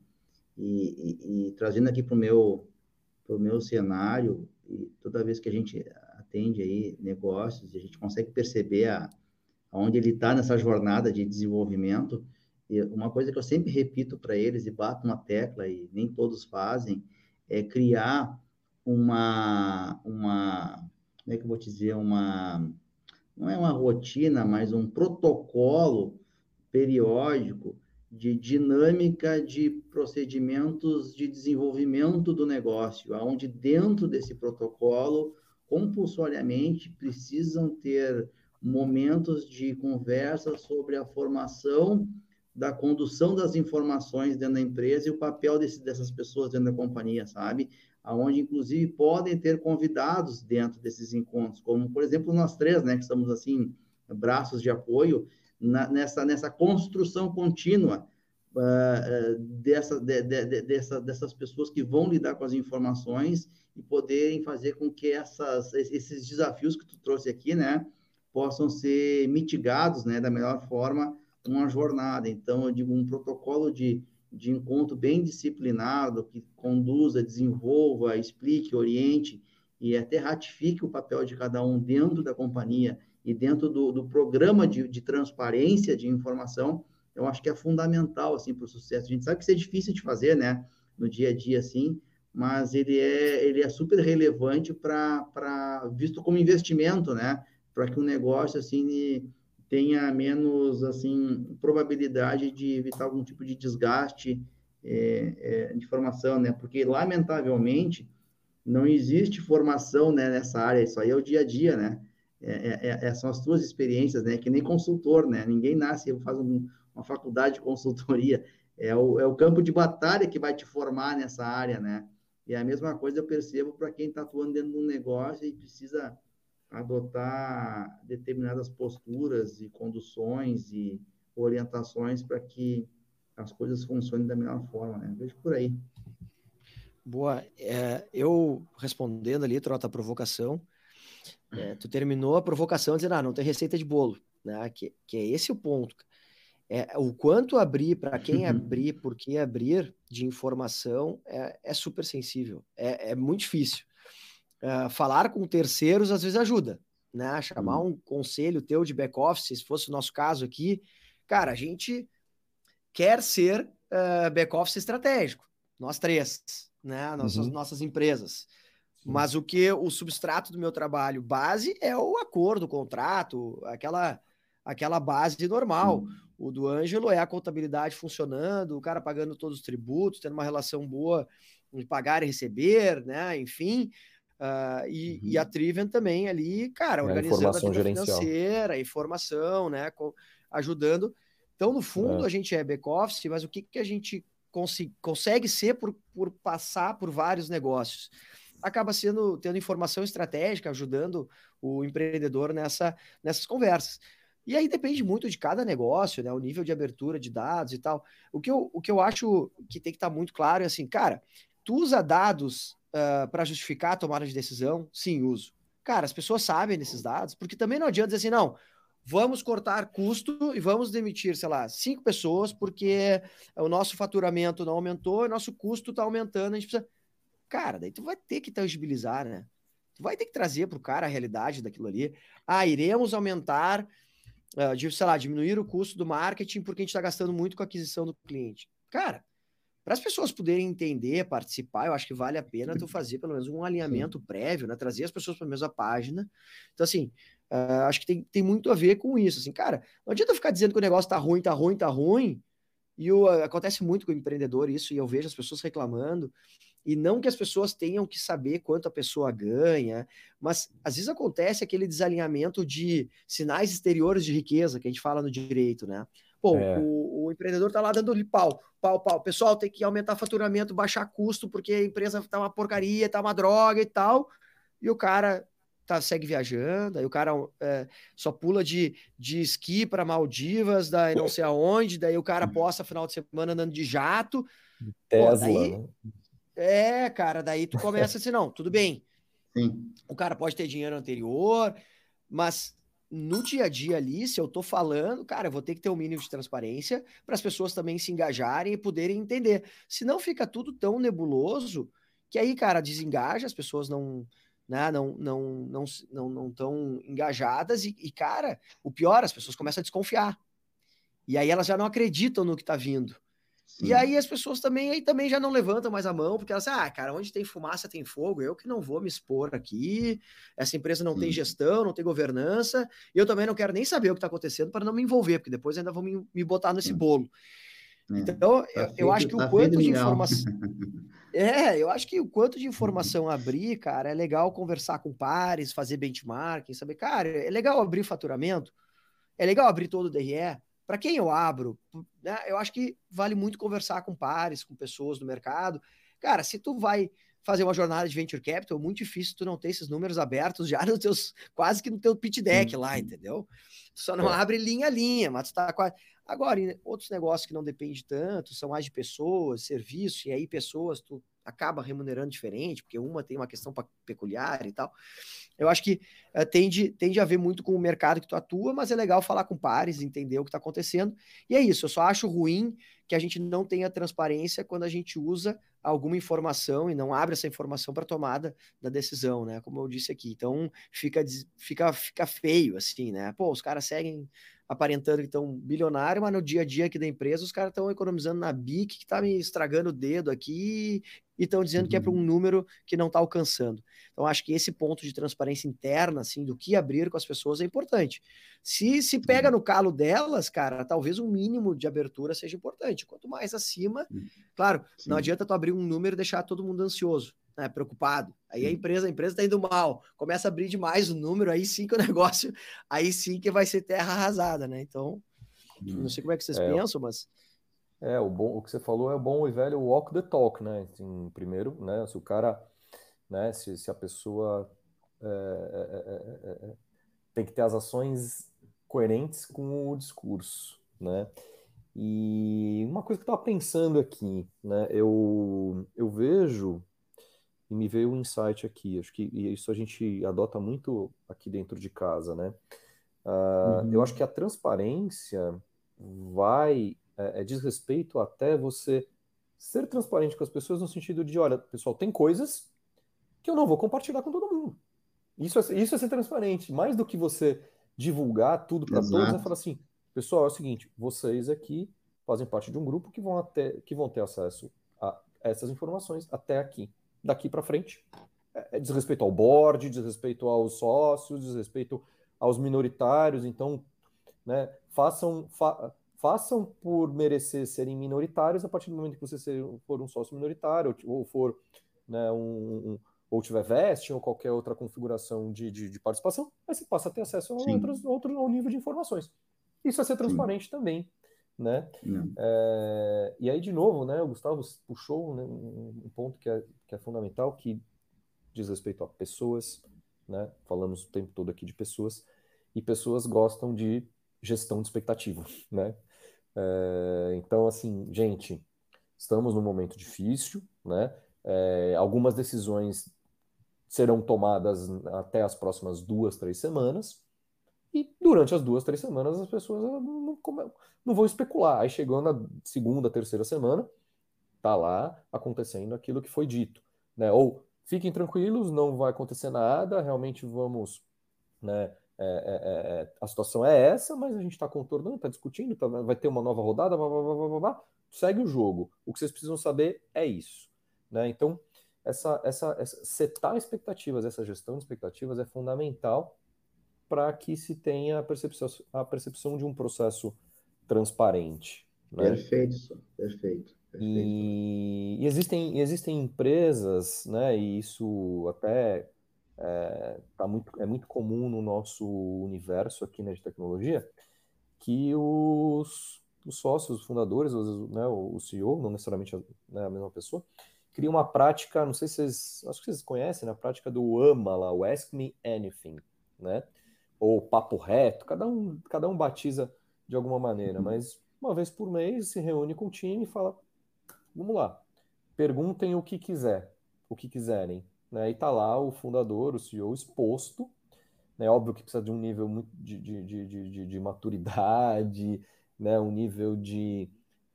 S4: E, e, e trazendo aqui para o meu, pro meu cenário, e toda vez que a gente atende aí negócios, a gente consegue perceber a, aonde ele está nessa jornada de desenvolvimento. E uma coisa que eu sempre repito para eles e bato uma tecla, e nem todos fazem, é criar uma, uma, como é que eu vou dizer, uma, não é uma rotina, mas um protocolo periódico de dinâmica de procedimentos de desenvolvimento do negócio, onde dentro desse protocolo, compulsoriamente, precisam ter momentos de conversa sobre a formação da condução das informações dentro da empresa e o papel desse, dessas pessoas dentro da companhia, sabe? Onde, inclusive, podem ter convidados dentro desses encontros, como, por exemplo, nós três, né, que estamos, assim, braços de apoio, na, nessa, nessa construção contínua uh, dessa, de, de, de, dessa, dessas pessoas que vão lidar com as informações e poderem fazer com que essas, esses desafios que tu trouxe aqui, né, possam ser mitigados, né, da melhor forma, uma jornada. Então, eu digo, um protocolo de, de encontro bem disciplinado, que conduza, desenvolva, explique, oriente e até ratifique o papel de cada um dentro da companhia e dentro do, do programa de, de transparência de informação, eu acho que é fundamental, assim, para o sucesso. A gente sabe que isso é difícil de fazer, né, no dia a dia, assim, mas ele é, ele é super relevante para, visto como investimento, né, para que um negócio, assim, tenha menos, assim, probabilidade de evitar algum tipo de desgaste é, é, de formação, né, porque, lamentavelmente, não existe formação, né, nessa área, isso aí é o dia a dia, né, é, é, é, são as tuas experiências, né, que nem consultor, né, ninguém nasce e faz um, uma faculdade de consultoria, é o, é o campo de batalha que vai te formar nessa área, né, e a mesma coisa eu percebo para quem está atuando dentro de um negócio e precisa adotar determinadas posturas e conduções e orientações para que as coisas funcionem da melhor forma, né, vejo por aí.
S5: Boa, é, eu respondendo ali, Trota, a provocação, é, tu terminou a provocação dizendo, ah, não tem receita de bolo, né? Que, que é esse o ponto. É, o quanto abrir, para quem abrir, por que abrir de informação é, é super sensível, é, é muito difícil. É, falar com terceiros às vezes ajuda, né? Chamar um conselho teu de back-office, se fosse o nosso caso aqui, cara, a gente quer ser uh, back-office estratégico, nós três, né? Nossas, uhum. nossas empresas. Mas o que o substrato do meu trabalho base é o acordo, o contrato, aquela, aquela base normal. Uhum. O do Ângelo é a contabilidade funcionando, o cara pagando todos os tributos, tendo uma relação boa de pagar e receber, né? Enfim. Uh, e, uhum. e a Triven também ali, cara, organizando a, a vida gerencial. financeira, a informação, né? Com, ajudando. Então, no fundo, é. a gente é back-office, mas o que, que a gente cons consegue ser por, por passar por vários negócios? Acaba sendo, tendo informação estratégica, ajudando o empreendedor nessa, nessas conversas. E aí depende muito de cada negócio, né? O nível de abertura de dados e tal. O que eu, o que eu acho que tem que estar muito claro é assim, cara, tu usa dados uh, para justificar a tomada de decisão? Sim, uso. Cara, as pessoas sabem desses dados, porque também não adianta dizer assim, não, vamos cortar custo e vamos demitir, sei lá, cinco pessoas porque o nosso faturamento não aumentou e nosso custo está aumentando, a gente precisa... Cara, daí tu vai ter que tangibilizar, né? Tu vai ter que trazer para o cara a realidade daquilo ali. Ah, iremos aumentar, uh, de, sei lá, diminuir o custo do marketing porque a gente está gastando muito com a aquisição do cliente. Cara, para as pessoas poderem entender, participar, eu acho que vale a pena tu fazer pelo menos um alinhamento Sim. prévio, né? Trazer as pessoas para a mesma página. Então, assim, uh, acho que tem, tem muito a ver com isso. Assim, cara, não adianta ficar dizendo que o negócio tá ruim, tá ruim, tá ruim. E o, acontece muito com o empreendedor isso, e eu vejo as pessoas reclamando. E não que as pessoas tenham que saber quanto a pessoa ganha, mas às vezes acontece aquele desalinhamento de sinais exteriores de riqueza que a gente fala no direito, né? Pô, é. o, o empreendedor tá lá dando-lhe pau, pau, pau. Pessoal, tem que aumentar faturamento, baixar custo, porque a empresa tá uma porcaria, tá uma droga e tal. E o cara tá, segue viajando, aí o cara é, só pula de, de esqui para Maldivas, daí não sei aonde, daí o cara posta final de semana andando de jato.
S2: Tesla,
S5: Pô, daí,
S2: né?
S5: É, cara, daí tu começa assim, não, tudo bem.
S4: Sim.
S5: O cara pode ter dinheiro anterior, mas no dia a dia ali, se eu tô falando, cara, eu vou ter que ter um mínimo de transparência para as pessoas também se engajarem e poderem entender. Senão fica tudo tão nebuloso que aí, cara, desengaja, as pessoas não, né, não, não, não, não, não tão engajadas e, e, cara, o pior, as pessoas começam a desconfiar. E aí elas já não acreditam no que tá vindo. Sim. E aí as pessoas também, aí também já não levantam mais a mão, porque elas ah, cara, onde tem fumaça tem fogo, eu que não vou me expor aqui, essa empresa não Sim. tem gestão, não tem governança, e eu também não quero nem saber o que está acontecendo para não me envolver, porque depois ainda vão me, me botar nesse Sim. bolo. Então,
S4: tá
S5: eu,
S4: feito,
S5: eu acho que
S4: tá
S5: o quanto
S4: feito
S5: de
S4: mingau.
S5: informação... É, eu acho que o quanto de informação abrir, cara, é legal conversar com pares, fazer benchmarking, saber, cara, é legal abrir faturamento, é legal abrir todo o D R E. Para quem eu abro, né, eu acho que vale muito conversar com pares, com pessoas do mercado. Cara, se tu vai fazer uma jornada de venture capital, é muito difícil tu não ter esses números abertos já nos teus, quase que no teu pitch deck lá, entendeu? Tu só não
S2: É.
S5: abre linha a linha, mas tu tá quase... Agora, em outros negócios que não dependem tanto, são mais de pessoas, serviço, e aí pessoas tu acaba remunerando diferente, porque uma tem uma questão peculiar e tal. Eu acho que uh, tende, tende a ver muito com o mercado que tu atua, mas é legal falar com pares, entender o que está acontecendo. E é isso, eu só acho ruim que a gente não tenha transparência quando a gente usa alguma informação e não abre essa informação para tomada da decisão, né? Como eu disse aqui. Então fica, fica, fica feio, assim, né? Pô, os caras seguem aparentando que estão bilionários, mas no dia a dia aqui da empresa os caras estão economizando na B I C, que está me estragando o dedo aqui, e estão dizendo uhum. que é para um número que não está alcançando. Então, acho que esse ponto de transparência interna, assim, do que abrir com as pessoas é importante. Se se pega no calo delas, cara, talvez um mínimo de abertura seja importante. Quanto mais acima, claro, Sim. não adianta tu abrir um número e deixar todo mundo ansioso, né, preocupado. Aí a empresa, a empresa tá indo mal, começa a abrir demais o número, aí sim que o negócio, aí sim que vai ser terra arrasada, né? Então, não sei como é que vocês é. pensam, mas...
S2: É, o, bom, o que você falou é o bom e velho walk the talk, né? Assim, primeiro, né? Se o cara, né? Se, se a pessoa é, é, é, é, tem que ter as ações coerentes com o discurso, né? E uma coisa que eu estava pensando aqui, né? Eu, eu vejo e me veio um insight aqui. Acho que isso a gente adota muito aqui dentro de casa, né? Uh, uhum. Eu acho que a transparência vai é, é, diz respeito até você ser transparente com as pessoas no sentido de, olha, pessoal, tem coisas que eu não vou compartilhar com todo mundo. Isso é, isso é ser transparente. Mais do que você divulgar tudo para todos, é falar assim, pessoal, é o seguinte, vocês aqui fazem parte de um grupo que vão, até, que vão ter acesso a essas informações até aqui. Daqui para frente, é, é diz respeito ao board, diz respeito aos sócios, diz respeito aos minoritários, então, né, façam... Fa façam por merecer serem minoritários a partir do momento que você for um sócio minoritário, ou for, né, um, um, ou tiver vesting, ou qualquer outra configuração de, de, de participação, aí você passa a ter acesso a outros, outro, ao nível de informações. Isso é ser transparente Sim. também. Né? É, e aí, de novo, né, o Gustavo puxou, né, um ponto que é, que é fundamental, que diz respeito a pessoas, né? Falamos o tempo todo aqui de pessoas, e pessoas gostam de gestão de expectativa, né? É, então, assim, gente, estamos num momento difícil, né? É, algumas decisões serão tomadas até as próximas duas, três semanas, e durante as duas, três semanas as pessoas não, não vão especular. Aí chegando na segunda, terceira semana, tá lá acontecendo aquilo que foi dito, né? Ou fiquem tranquilos, não vai acontecer nada, realmente vamos, né? É, é, é, a situação é essa, mas a gente está contornando, está discutindo, tá, vai ter uma nova rodada, blá, blá, blá, blá, blá, segue o jogo. O que vocês precisam saber é isso, né? Então, essa, essa, essa setar expectativas, essa gestão de expectativas é fundamental para que se tenha a percepção, a percepção de um processo transparente. Né?
S4: Perfeito, perfeito. perfeito.
S2: E, e, existem, existem empresas, né, e isso até é, tá muito, é muito comum no nosso universo aqui, né, de tecnologia, que os, os sócios, os fundadores, os, né, o C E O, não necessariamente a, né, a mesma pessoa, cria uma prática, não sei se vocês, acho que vocês conhecem, né, a prática do AMA lá, o Ask Me Anything, né? Ou papo reto, cada um, cada um batiza de alguma maneira, uhum. mas uma vez por mês se reúne com o time e fala, vamos lá, perguntem o que quiser, o que quiserem, né? E tá lá o fundador, o C E O exposto, né? Óbvio que precisa de um nível muito de, de, de, de, de maturidade, né? Um nível de,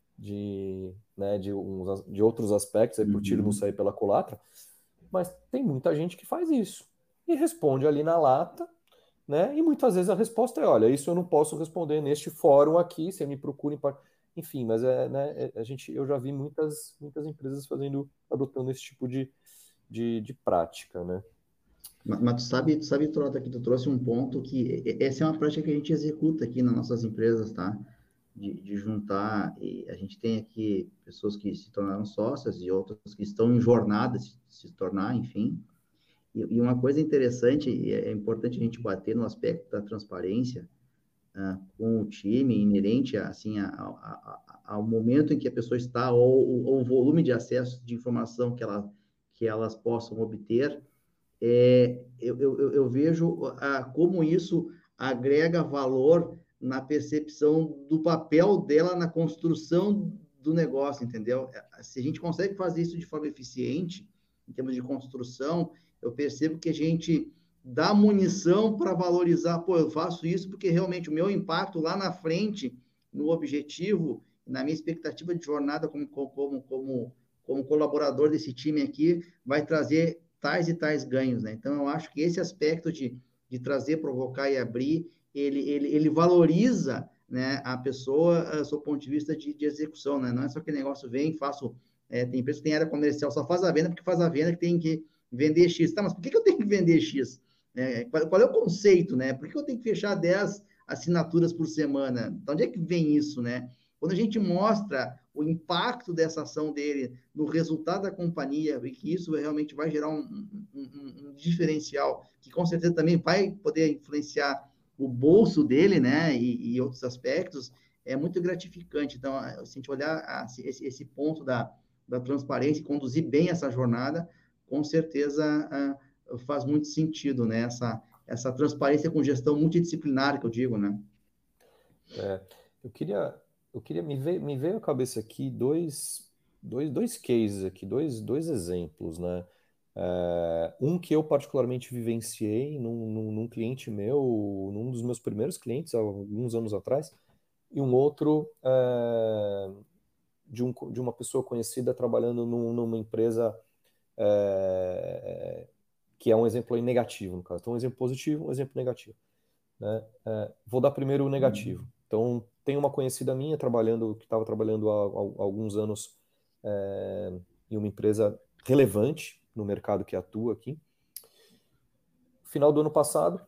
S2: de, né? de, uns, de outros aspectos, aí pro tiro não sair pela culatra, mas tem muita gente que faz isso e responde ali na lata, né? E muitas vezes a resposta é, olha, isso eu não posso responder neste fórum aqui, você me procura, enfim, mas é, né, a gente, eu já vi muitas, muitas empresas fazendo, adotando esse tipo de, de, de prática, né?
S4: Mas, mas tu sabe, tu sabe, Trota, que tu trouxe um ponto que essa é uma prática que a gente executa aqui nas nossas empresas, tá? de, de juntar, e a gente tem aqui pessoas que se tornaram sócias e outras que estão em jornada de se, se tornar, enfim. E, e uma coisa interessante, e é importante a gente bater no aspecto da transparência, uh, com o time, inerente assim, a, a, a, ao momento em que a pessoa está, ou, ou o volume de acesso de informação que, ela, que elas possam obter, é, eu, eu, eu vejo uh, como isso agrega valor na percepção do papel dela na construção do negócio, entendeu? Se a gente consegue fazer isso de forma eficiente, em termos de construção, eu percebo que a gente dá munição para valorizar, pô, eu faço isso porque realmente o meu impacto lá na frente, no objetivo, na minha expectativa de jornada como, como, como, como colaborador desse time aqui, vai trazer tais e tais ganhos, né? Então, eu acho que esse aspecto de, de trazer, provocar e abrir, ele, ele, ele valoriza, né, a pessoa, a seu ponto de vista de, de execução, né? Não é só que negócio vem, faço, é, tem empresa que tem área comercial, só faz a venda porque faz a venda que tem que vender X. Tá, mas por que, que eu tenho que vender X? É, qual, qual é o conceito, né? Por que eu tenho que fechar dez assinaturas por semana? De onde é que vem isso, né? Quando a gente mostra o impacto dessa ação dele no resultado da companhia, e que isso realmente vai gerar um, um, um, um diferencial, que com certeza também vai poder influenciar o bolso dele, né, e, e outros aspectos, é muito gratificante. Então, se a gente olhar esse, esse ponto da, da transparência e conduzir bem essa jornada, com certeza uh, faz muito sentido, né, essa, essa transparência com gestão multidisciplinar, que eu digo, né.
S2: É, eu queria, eu queria me veio, me veio à cabeça aqui dois, dois, dois cases aqui, dois, dois exemplos, né? É, um que eu particularmente vivenciei num, num, num cliente meu, num dos meus primeiros clientes, há alguns anos atrás, e um outro é, de, um, de uma pessoa conhecida trabalhando num, numa empresa é, que é um exemplo aí negativo, no caso. Então, um exemplo positivo, um exemplo negativo. Né? É, vou dar primeiro o negativo. Então, tem uma conhecida minha trabalhando, que estava trabalhando há, há alguns anos é, em uma empresa relevante no mercado que atua aqui. Final do ano passado,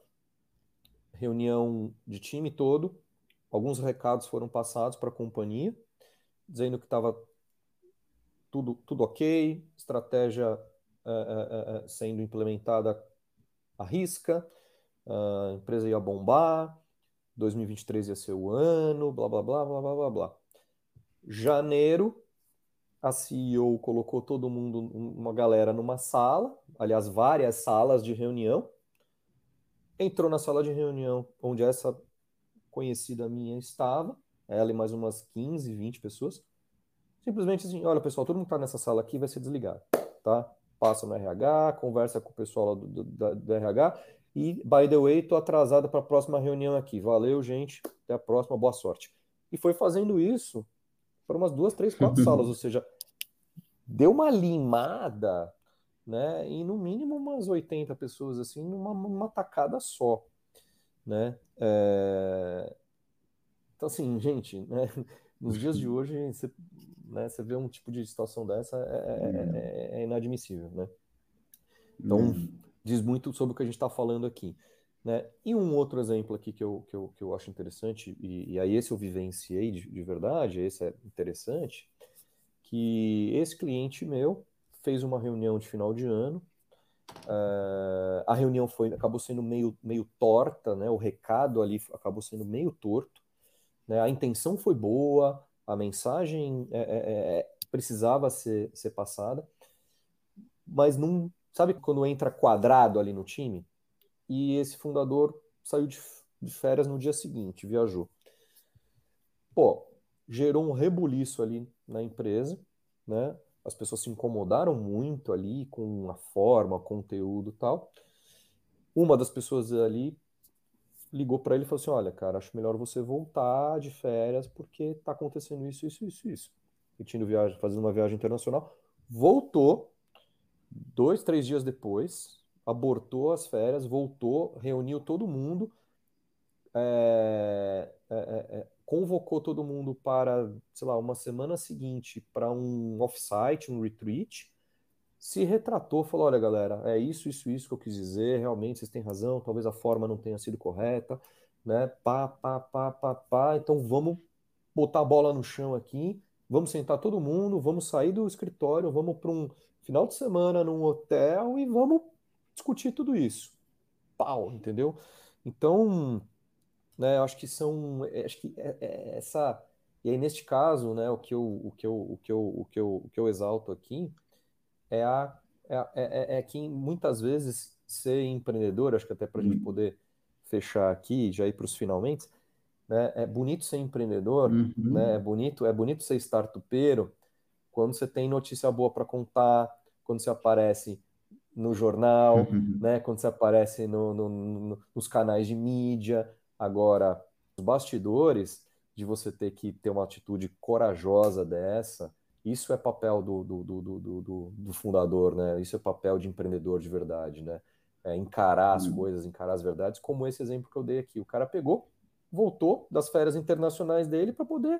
S2: reunião de time todo, alguns recados foram passados para a companhia, dizendo que estava tudo, tudo ok, estratégia é, é, é, sendo implementada à risca, a empresa ia bombar, dois mil e vinte e três ia ser o ano, blá, blá, blá, blá, blá, blá, blá. Janeiro, a C E O colocou todo mundo, uma galera numa sala, aliás, várias salas de reunião, entrou na sala de reunião onde essa conhecida minha estava, ela e mais umas quinze, vinte pessoas, simplesmente assim, olha pessoal, todo mundo que está nessa sala aqui vai ser desligado, tá? Passa no R H, conversa com o pessoal do, do, do, do R H e, by the way, tô atrasada para a próxima reunião aqui. Valeu, gente, até a próxima, boa sorte. E foi fazendo isso para umas duas, três, quatro salas, ou seja, deu uma limada, né, e no mínimo umas oitenta pessoas assim, numa, numa tacada só, né? É... Então, assim, gente, né, nos dias de hoje, você, né, você vê um tipo de situação dessa é, é, é inadmissível, né? Então, diz muito sobre o que a gente está falando aqui, né? E um outro exemplo aqui que eu, que eu, que eu acho interessante, e, e aí esse eu vivenciei de, de verdade, esse é interessante, que esse cliente meu fez uma reunião de final de ano, uh, a reunião foi, acabou sendo meio, meio torta, né? O recado ali acabou sendo meio torto, né? A intenção foi boa, a mensagem é, é, é, precisava ser, ser passada, mas não, sabe quando entra quadrado ali no time? E esse fundador saiu de, de férias no dia seguinte, viajou. Pô, gerou um rebuliço ali na empresa, né? As pessoas se incomodaram muito ali com a forma, conteúdo e tal. Uma das pessoas ali ligou para ele e falou assim: olha, cara, acho melhor você voltar de férias porque tá acontecendo isso, isso, isso, isso. E tinha viagem, fazendo uma viagem internacional, voltou dois, três dias depois, abortou as férias, voltou, reuniu todo mundo, é, é, é, convocou todo mundo para, sei lá, uma semana seguinte para um off-site, um retreat, se retratou, falou, olha galera, é isso, isso, isso que eu quis dizer, realmente vocês têm razão, talvez a forma não tenha sido correta, né, pá, pá, pá, pá, pá, então vamos botar a bola no chão aqui, vamos sentar todo mundo, vamos sair do escritório, vamos para um final de semana num hotel e vamos discutir tudo isso. Pau, entendeu? Então, né, eu acho que são, acho que é, é essa, e aí neste caso, né, o que eu, o que eu, o que eu, o que eu, o que eu exalto aqui é a, é, a- é, é que muitas vezes ser empreendedor, acho que até para a gente poder fechar aqui, já ir para os finalmente, né, é bonito ser empreendedor, né, é
S4: Uhum.
S2: bonito, é bonito ser startupeiro quando você tem notícia boa para contar, quando você aparece no jornal, né? Quando você aparece no, no- no- nos canais de mídia. Agora, os bastidores de você ter que ter uma atitude corajosa dessa, isso é papel do, do, do, do, do, do- do fundador, né? Isso é papel de empreendedor de verdade, né? É encarar as
S4: Uhum.
S2: coisas, encarar as verdades, como esse exemplo que eu dei aqui. O cara pegou, voltou das férias internacionais dele para poder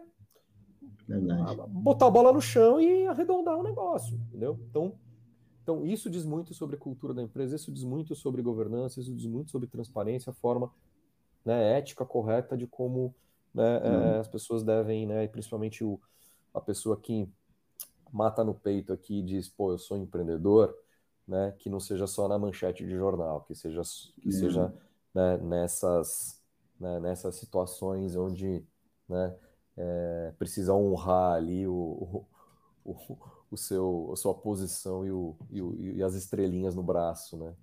S2: ah,
S4: Verdade.
S2: botar a bola no chão e arredondar o negócio, entendeu? Então, então, isso diz muito sobre a cultura da empresa, isso diz muito sobre governança, isso diz muito sobre transparência, a forma, né, ética correta de como, né, é,
S4: Uhum.
S2: as pessoas devem, né, e principalmente o, a pessoa que mata no peito aqui e diz, pô, eu sou empreendedor, né, que não seja só na manchete de jornal, que seja, que seja,
S4: É.
S2: né, nessas, né, nessas situações onde, né, é, precisa honrar ali o, o, o seu, a sua posição e, o, e, o, e as estrelinhas no braço, né?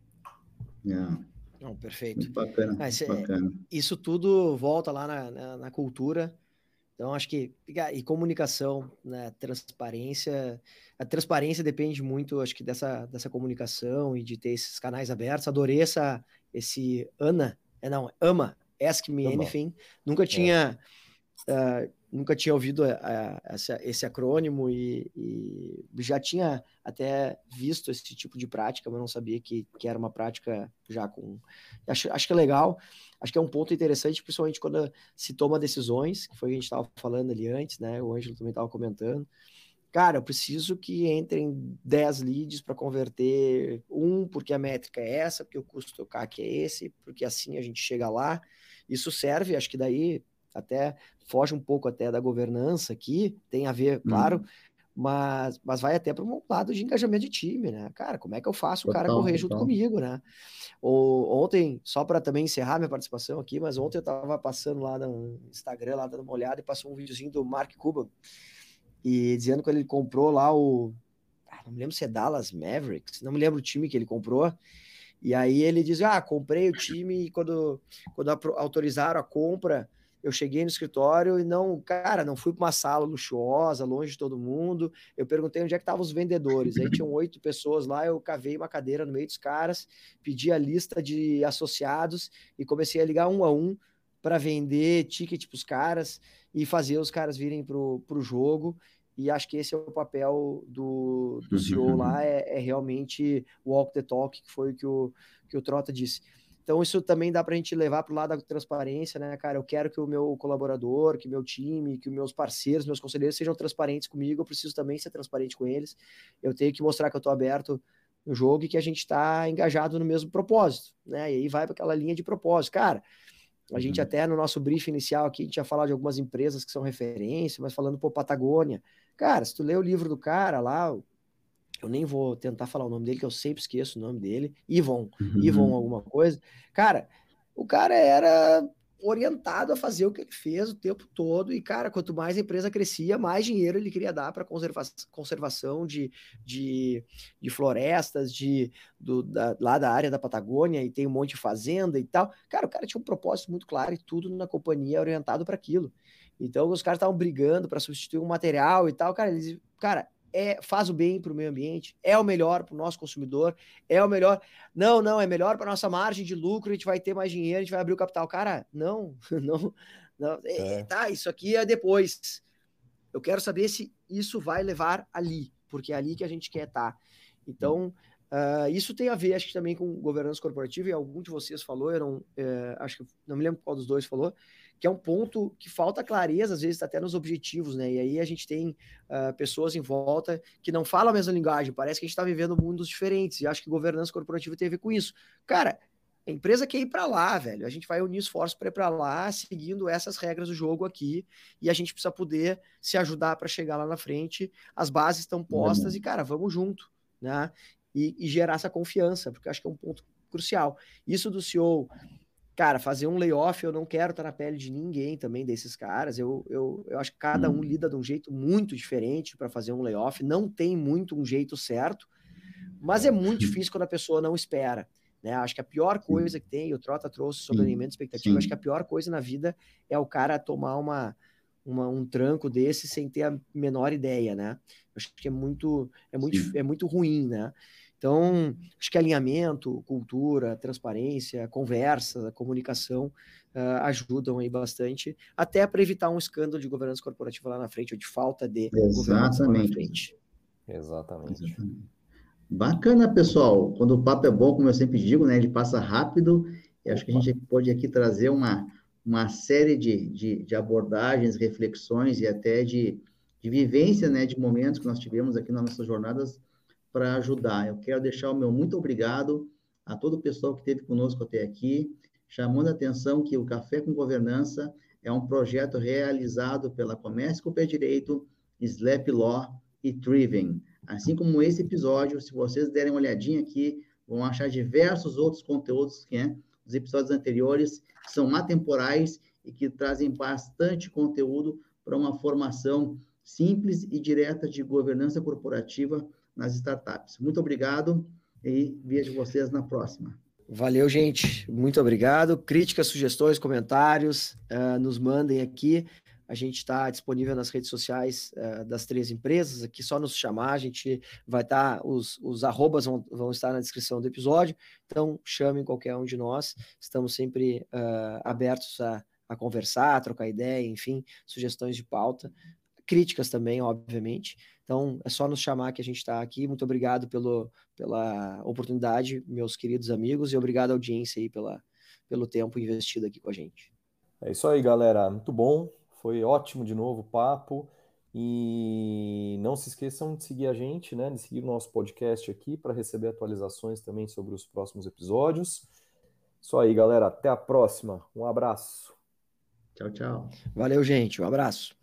S4: É.
S5: Não, perfeito.
S4: Muito bacana,
S5: Ah,
S4: muito
S5: isso, é-
S4: bacana.
S5: isso tudo volta lá na, na, na cultura. Então, acho que e comunicação, né, transparência, a transparência depende muito, acho que dessa, dessa comunicação e de ter esses canais abertos. Adorei essa, esse Ana, é não, ama, Ask Me
S2: Ama.
S5: Anything. Nunca
S2: É.
S5: tinha Uh, nunca tinha ouvido a, a, essa, esse acrônimo e, e, já tinha até visto esse tipo de prática, mas não sabia que, que era uma prática já com. Acho, acho que é legal, acho que é um ponto interessante, principalmente quando se toma decisões, que foi o que a gente estava falando ali antes, né? O Ângelo também estava comentando. Cara, eu preciso que entrem dez leads para converter um, porque a métrica é essa, porque o custo do C A C é esse, porque assim a gente chega lá. Isso serve, acho que daí até foge um pouco até da governança aqui, tem a ver, claro,
S4: Uhum.
S5: mas, mas vai até para um lado de engajamento de time, né? Cara, como é que eu faço o cara
S4: Total,
S5: correr junto
S4: total.
S5: comigo, né? O, ontem, só para também encerrar minha participação aqui, mas ontem eu estava passando lá no Instagram, lá dando uma olhada e passou um videozinho do Mark Cuban e dizendo que ele comprou lá o. Ah, não me lembro se é Dallas Mavericks, não me lembro o time que ele comprou. E aí ele diz: Ah, comprei o time e quando, quando autorizaram a compra, eu cheguei no escritório e não, cara, não fui para uma sala luxuosa, longe de todo mundo. Eu perguntei onde é que estavam os vendedores. Aí tinham oito pessoas lá, eu cavei uma cadeira no meio dos caras, pedi a lista de associados e comecei a ligar um a um para vender ticket para os caras e fazer os caras virem para o jogo. E acho que esse é o papel do, do C E O lá, é, é realmente walk the talk, que foi o que o, que o Trota disse. Então, isso também dá para a gente levar para o lado da transparência, né, cara? Eu quero que o meu colaborador, que o meu time, que os meus parceiros, meus conselheiros sejam transparentes comigo, eu preciso também ser transparente com eles. Eu tenho que mostrar que eu estou aberto no jogo e que a gente está engajado no mesmo propósito, né? E aí vai para aquela linha de propósito. Cara, a gente
S4: Uhum.
S5: até no nosso brief inicial aqui, a gente ia falar de algumas empresas que são referência, mas falando, pô, Patagônia. Cara, se tu lê o livro do cara lá, eu nem vou tentar falar o nome dele, que eu sempre esqueço o nome dele, Ivon, Ivon
S4: Uhum.
S5: alguma coisa. Cara, o cara era orientado a fazer o que ele fez o tempo todo, e, cara, quanto mais a empresa crescia, mais dinheiro ele queria dar para conserva conservação de, de, de florestas, de, do, da, lá da área da Patagônia, e tem um monte de fazenda e tal. Cara, o cara tinha um propósito muito claro e tudo na companhia orientado para aquilo. Então, os caras estavam brigando para substituir um material e tal, cara, eles, cara, é, faz o bem para o meio ambiente, é o melhor para o nosso consumidor, é o melhor. Não, não, é melhor para nossa margem de lucro, a gente vai ter mais dinheiro, a gente vai abrir o capital. Cara, não, não, não. É,
S2: É.
S5: tá, isso aqui é depois. Eu quero saber se isso vai levar ali, porque é ali que a gente quer estar. Então, uh, isso tem a ver, acho que também com governança corporativa, e algum de vocês falou, eu não, é, acho que não me lembro qual dos dois falou, que é um ponto que falta clareza, às vezes, até nos objetivos, né? E aí a gente tem uh, pessoas em volta que não falam a mesma linguagem, parece que a gente está vivendo mundos diferentes, e acho que governança corporativa tem a ver com isso. Cara, A empresa quer ir para lá, velho. A gente vai unir esforços para ir para lá, seguindo essas regras do jogo aqui, e a gente precisa poder se ajudar para chegar lá na frente. As bases estão postas e, cara, vamos junto, né? E, e gerar essa confiança, porque eu acho que é um ponto crucial. Isso do C E O, cara, fazer um layoff, eu não quero estar na pele de ninguém também desses caras. Eu, eu, eu acho que cada um lida de um jeito muito diferente para fazer um layoff. Não tem muito um jeito certo, mas é muito difícil quando a pessoa não espera. Né? Acho que a pior coisa que tem, o Trota trouxe sobre alinhamento de expectativa, acho que a pior coisa na vida é o cara tomar uma, uma, um tranco desse sem ter a menor ideia, né? Acho que é muito, é muito, é muito ruim, né? Então, acho que alinhamento, cultura, transparência, conversa, comunicação uh, ajudam aí bastante, até para evitar um escândalo de governança corporativa lá na frente, ou de falta de
S4: Exatamente.
S5: governança lá na frente.
S2: Exatamente.
S4: Exatamente. Bacana, pessoal. Quando o papo é bom, como eu sempre digo, né? Ele passa rápido. Eu acho que a gente pode aqui trazer uma, uma série de, de, de abordagens, reflexões e até de, de vivência, né? De momentos que nós tivemos aqui nas nossas jornadas para ajudar. Eu quero deixar o meu muito obrigado a todo o pessoal que esteve conosco até aqui, chamando a atenção que o Café com Governança é um projeto realizado pela Comércio com o Pé Direito, Slap Law e Triven. Assim como esse episódio, se vocês derem uma olhadinha aqui, vão achar diversos outros conteúdos, né, dos episódios anteriores, que são atemporais e que trazem bastante conteúdo para uma formação simples e direta de governança corporativa nas startups. Muito obrigado e vejo vocês na próxima.
S5: Valeu, gente. Muito obrigado. Críticas, sugestões, comentários, uh, nos mandem aqui. A gente está disponível nas redes sociais uh, das três empresas, aqui só nos chamar, a gente vai estar, tá, os, os arrobas vão, vão estar na descrição do episódio, então chamem qualquer um de nós, estamos sempre uh, abertos a, a conversar, a trocar ideia, enfim, sugestões de pauta, críticas também, obviamente, então é só nos chamar que a gente está aqui. Muito obrigado pelo, pela oportunidade, meus queridos amigos, e obrigado à audiência aí pela, pelo tempo investido aqui com a gente.
S2: É isso aí, galera, muito bom. Foi ótimo de novo o papo. E não se esqueçam de seguir a gente, né? De seguir o nosso podcast aqui para receber atualizações também sobre os próximos episódios. Isso aí, galera. Até a próxima. Um abraço.
S4: Tchau, tchau.
S5: Valeu, gente. Um abraço.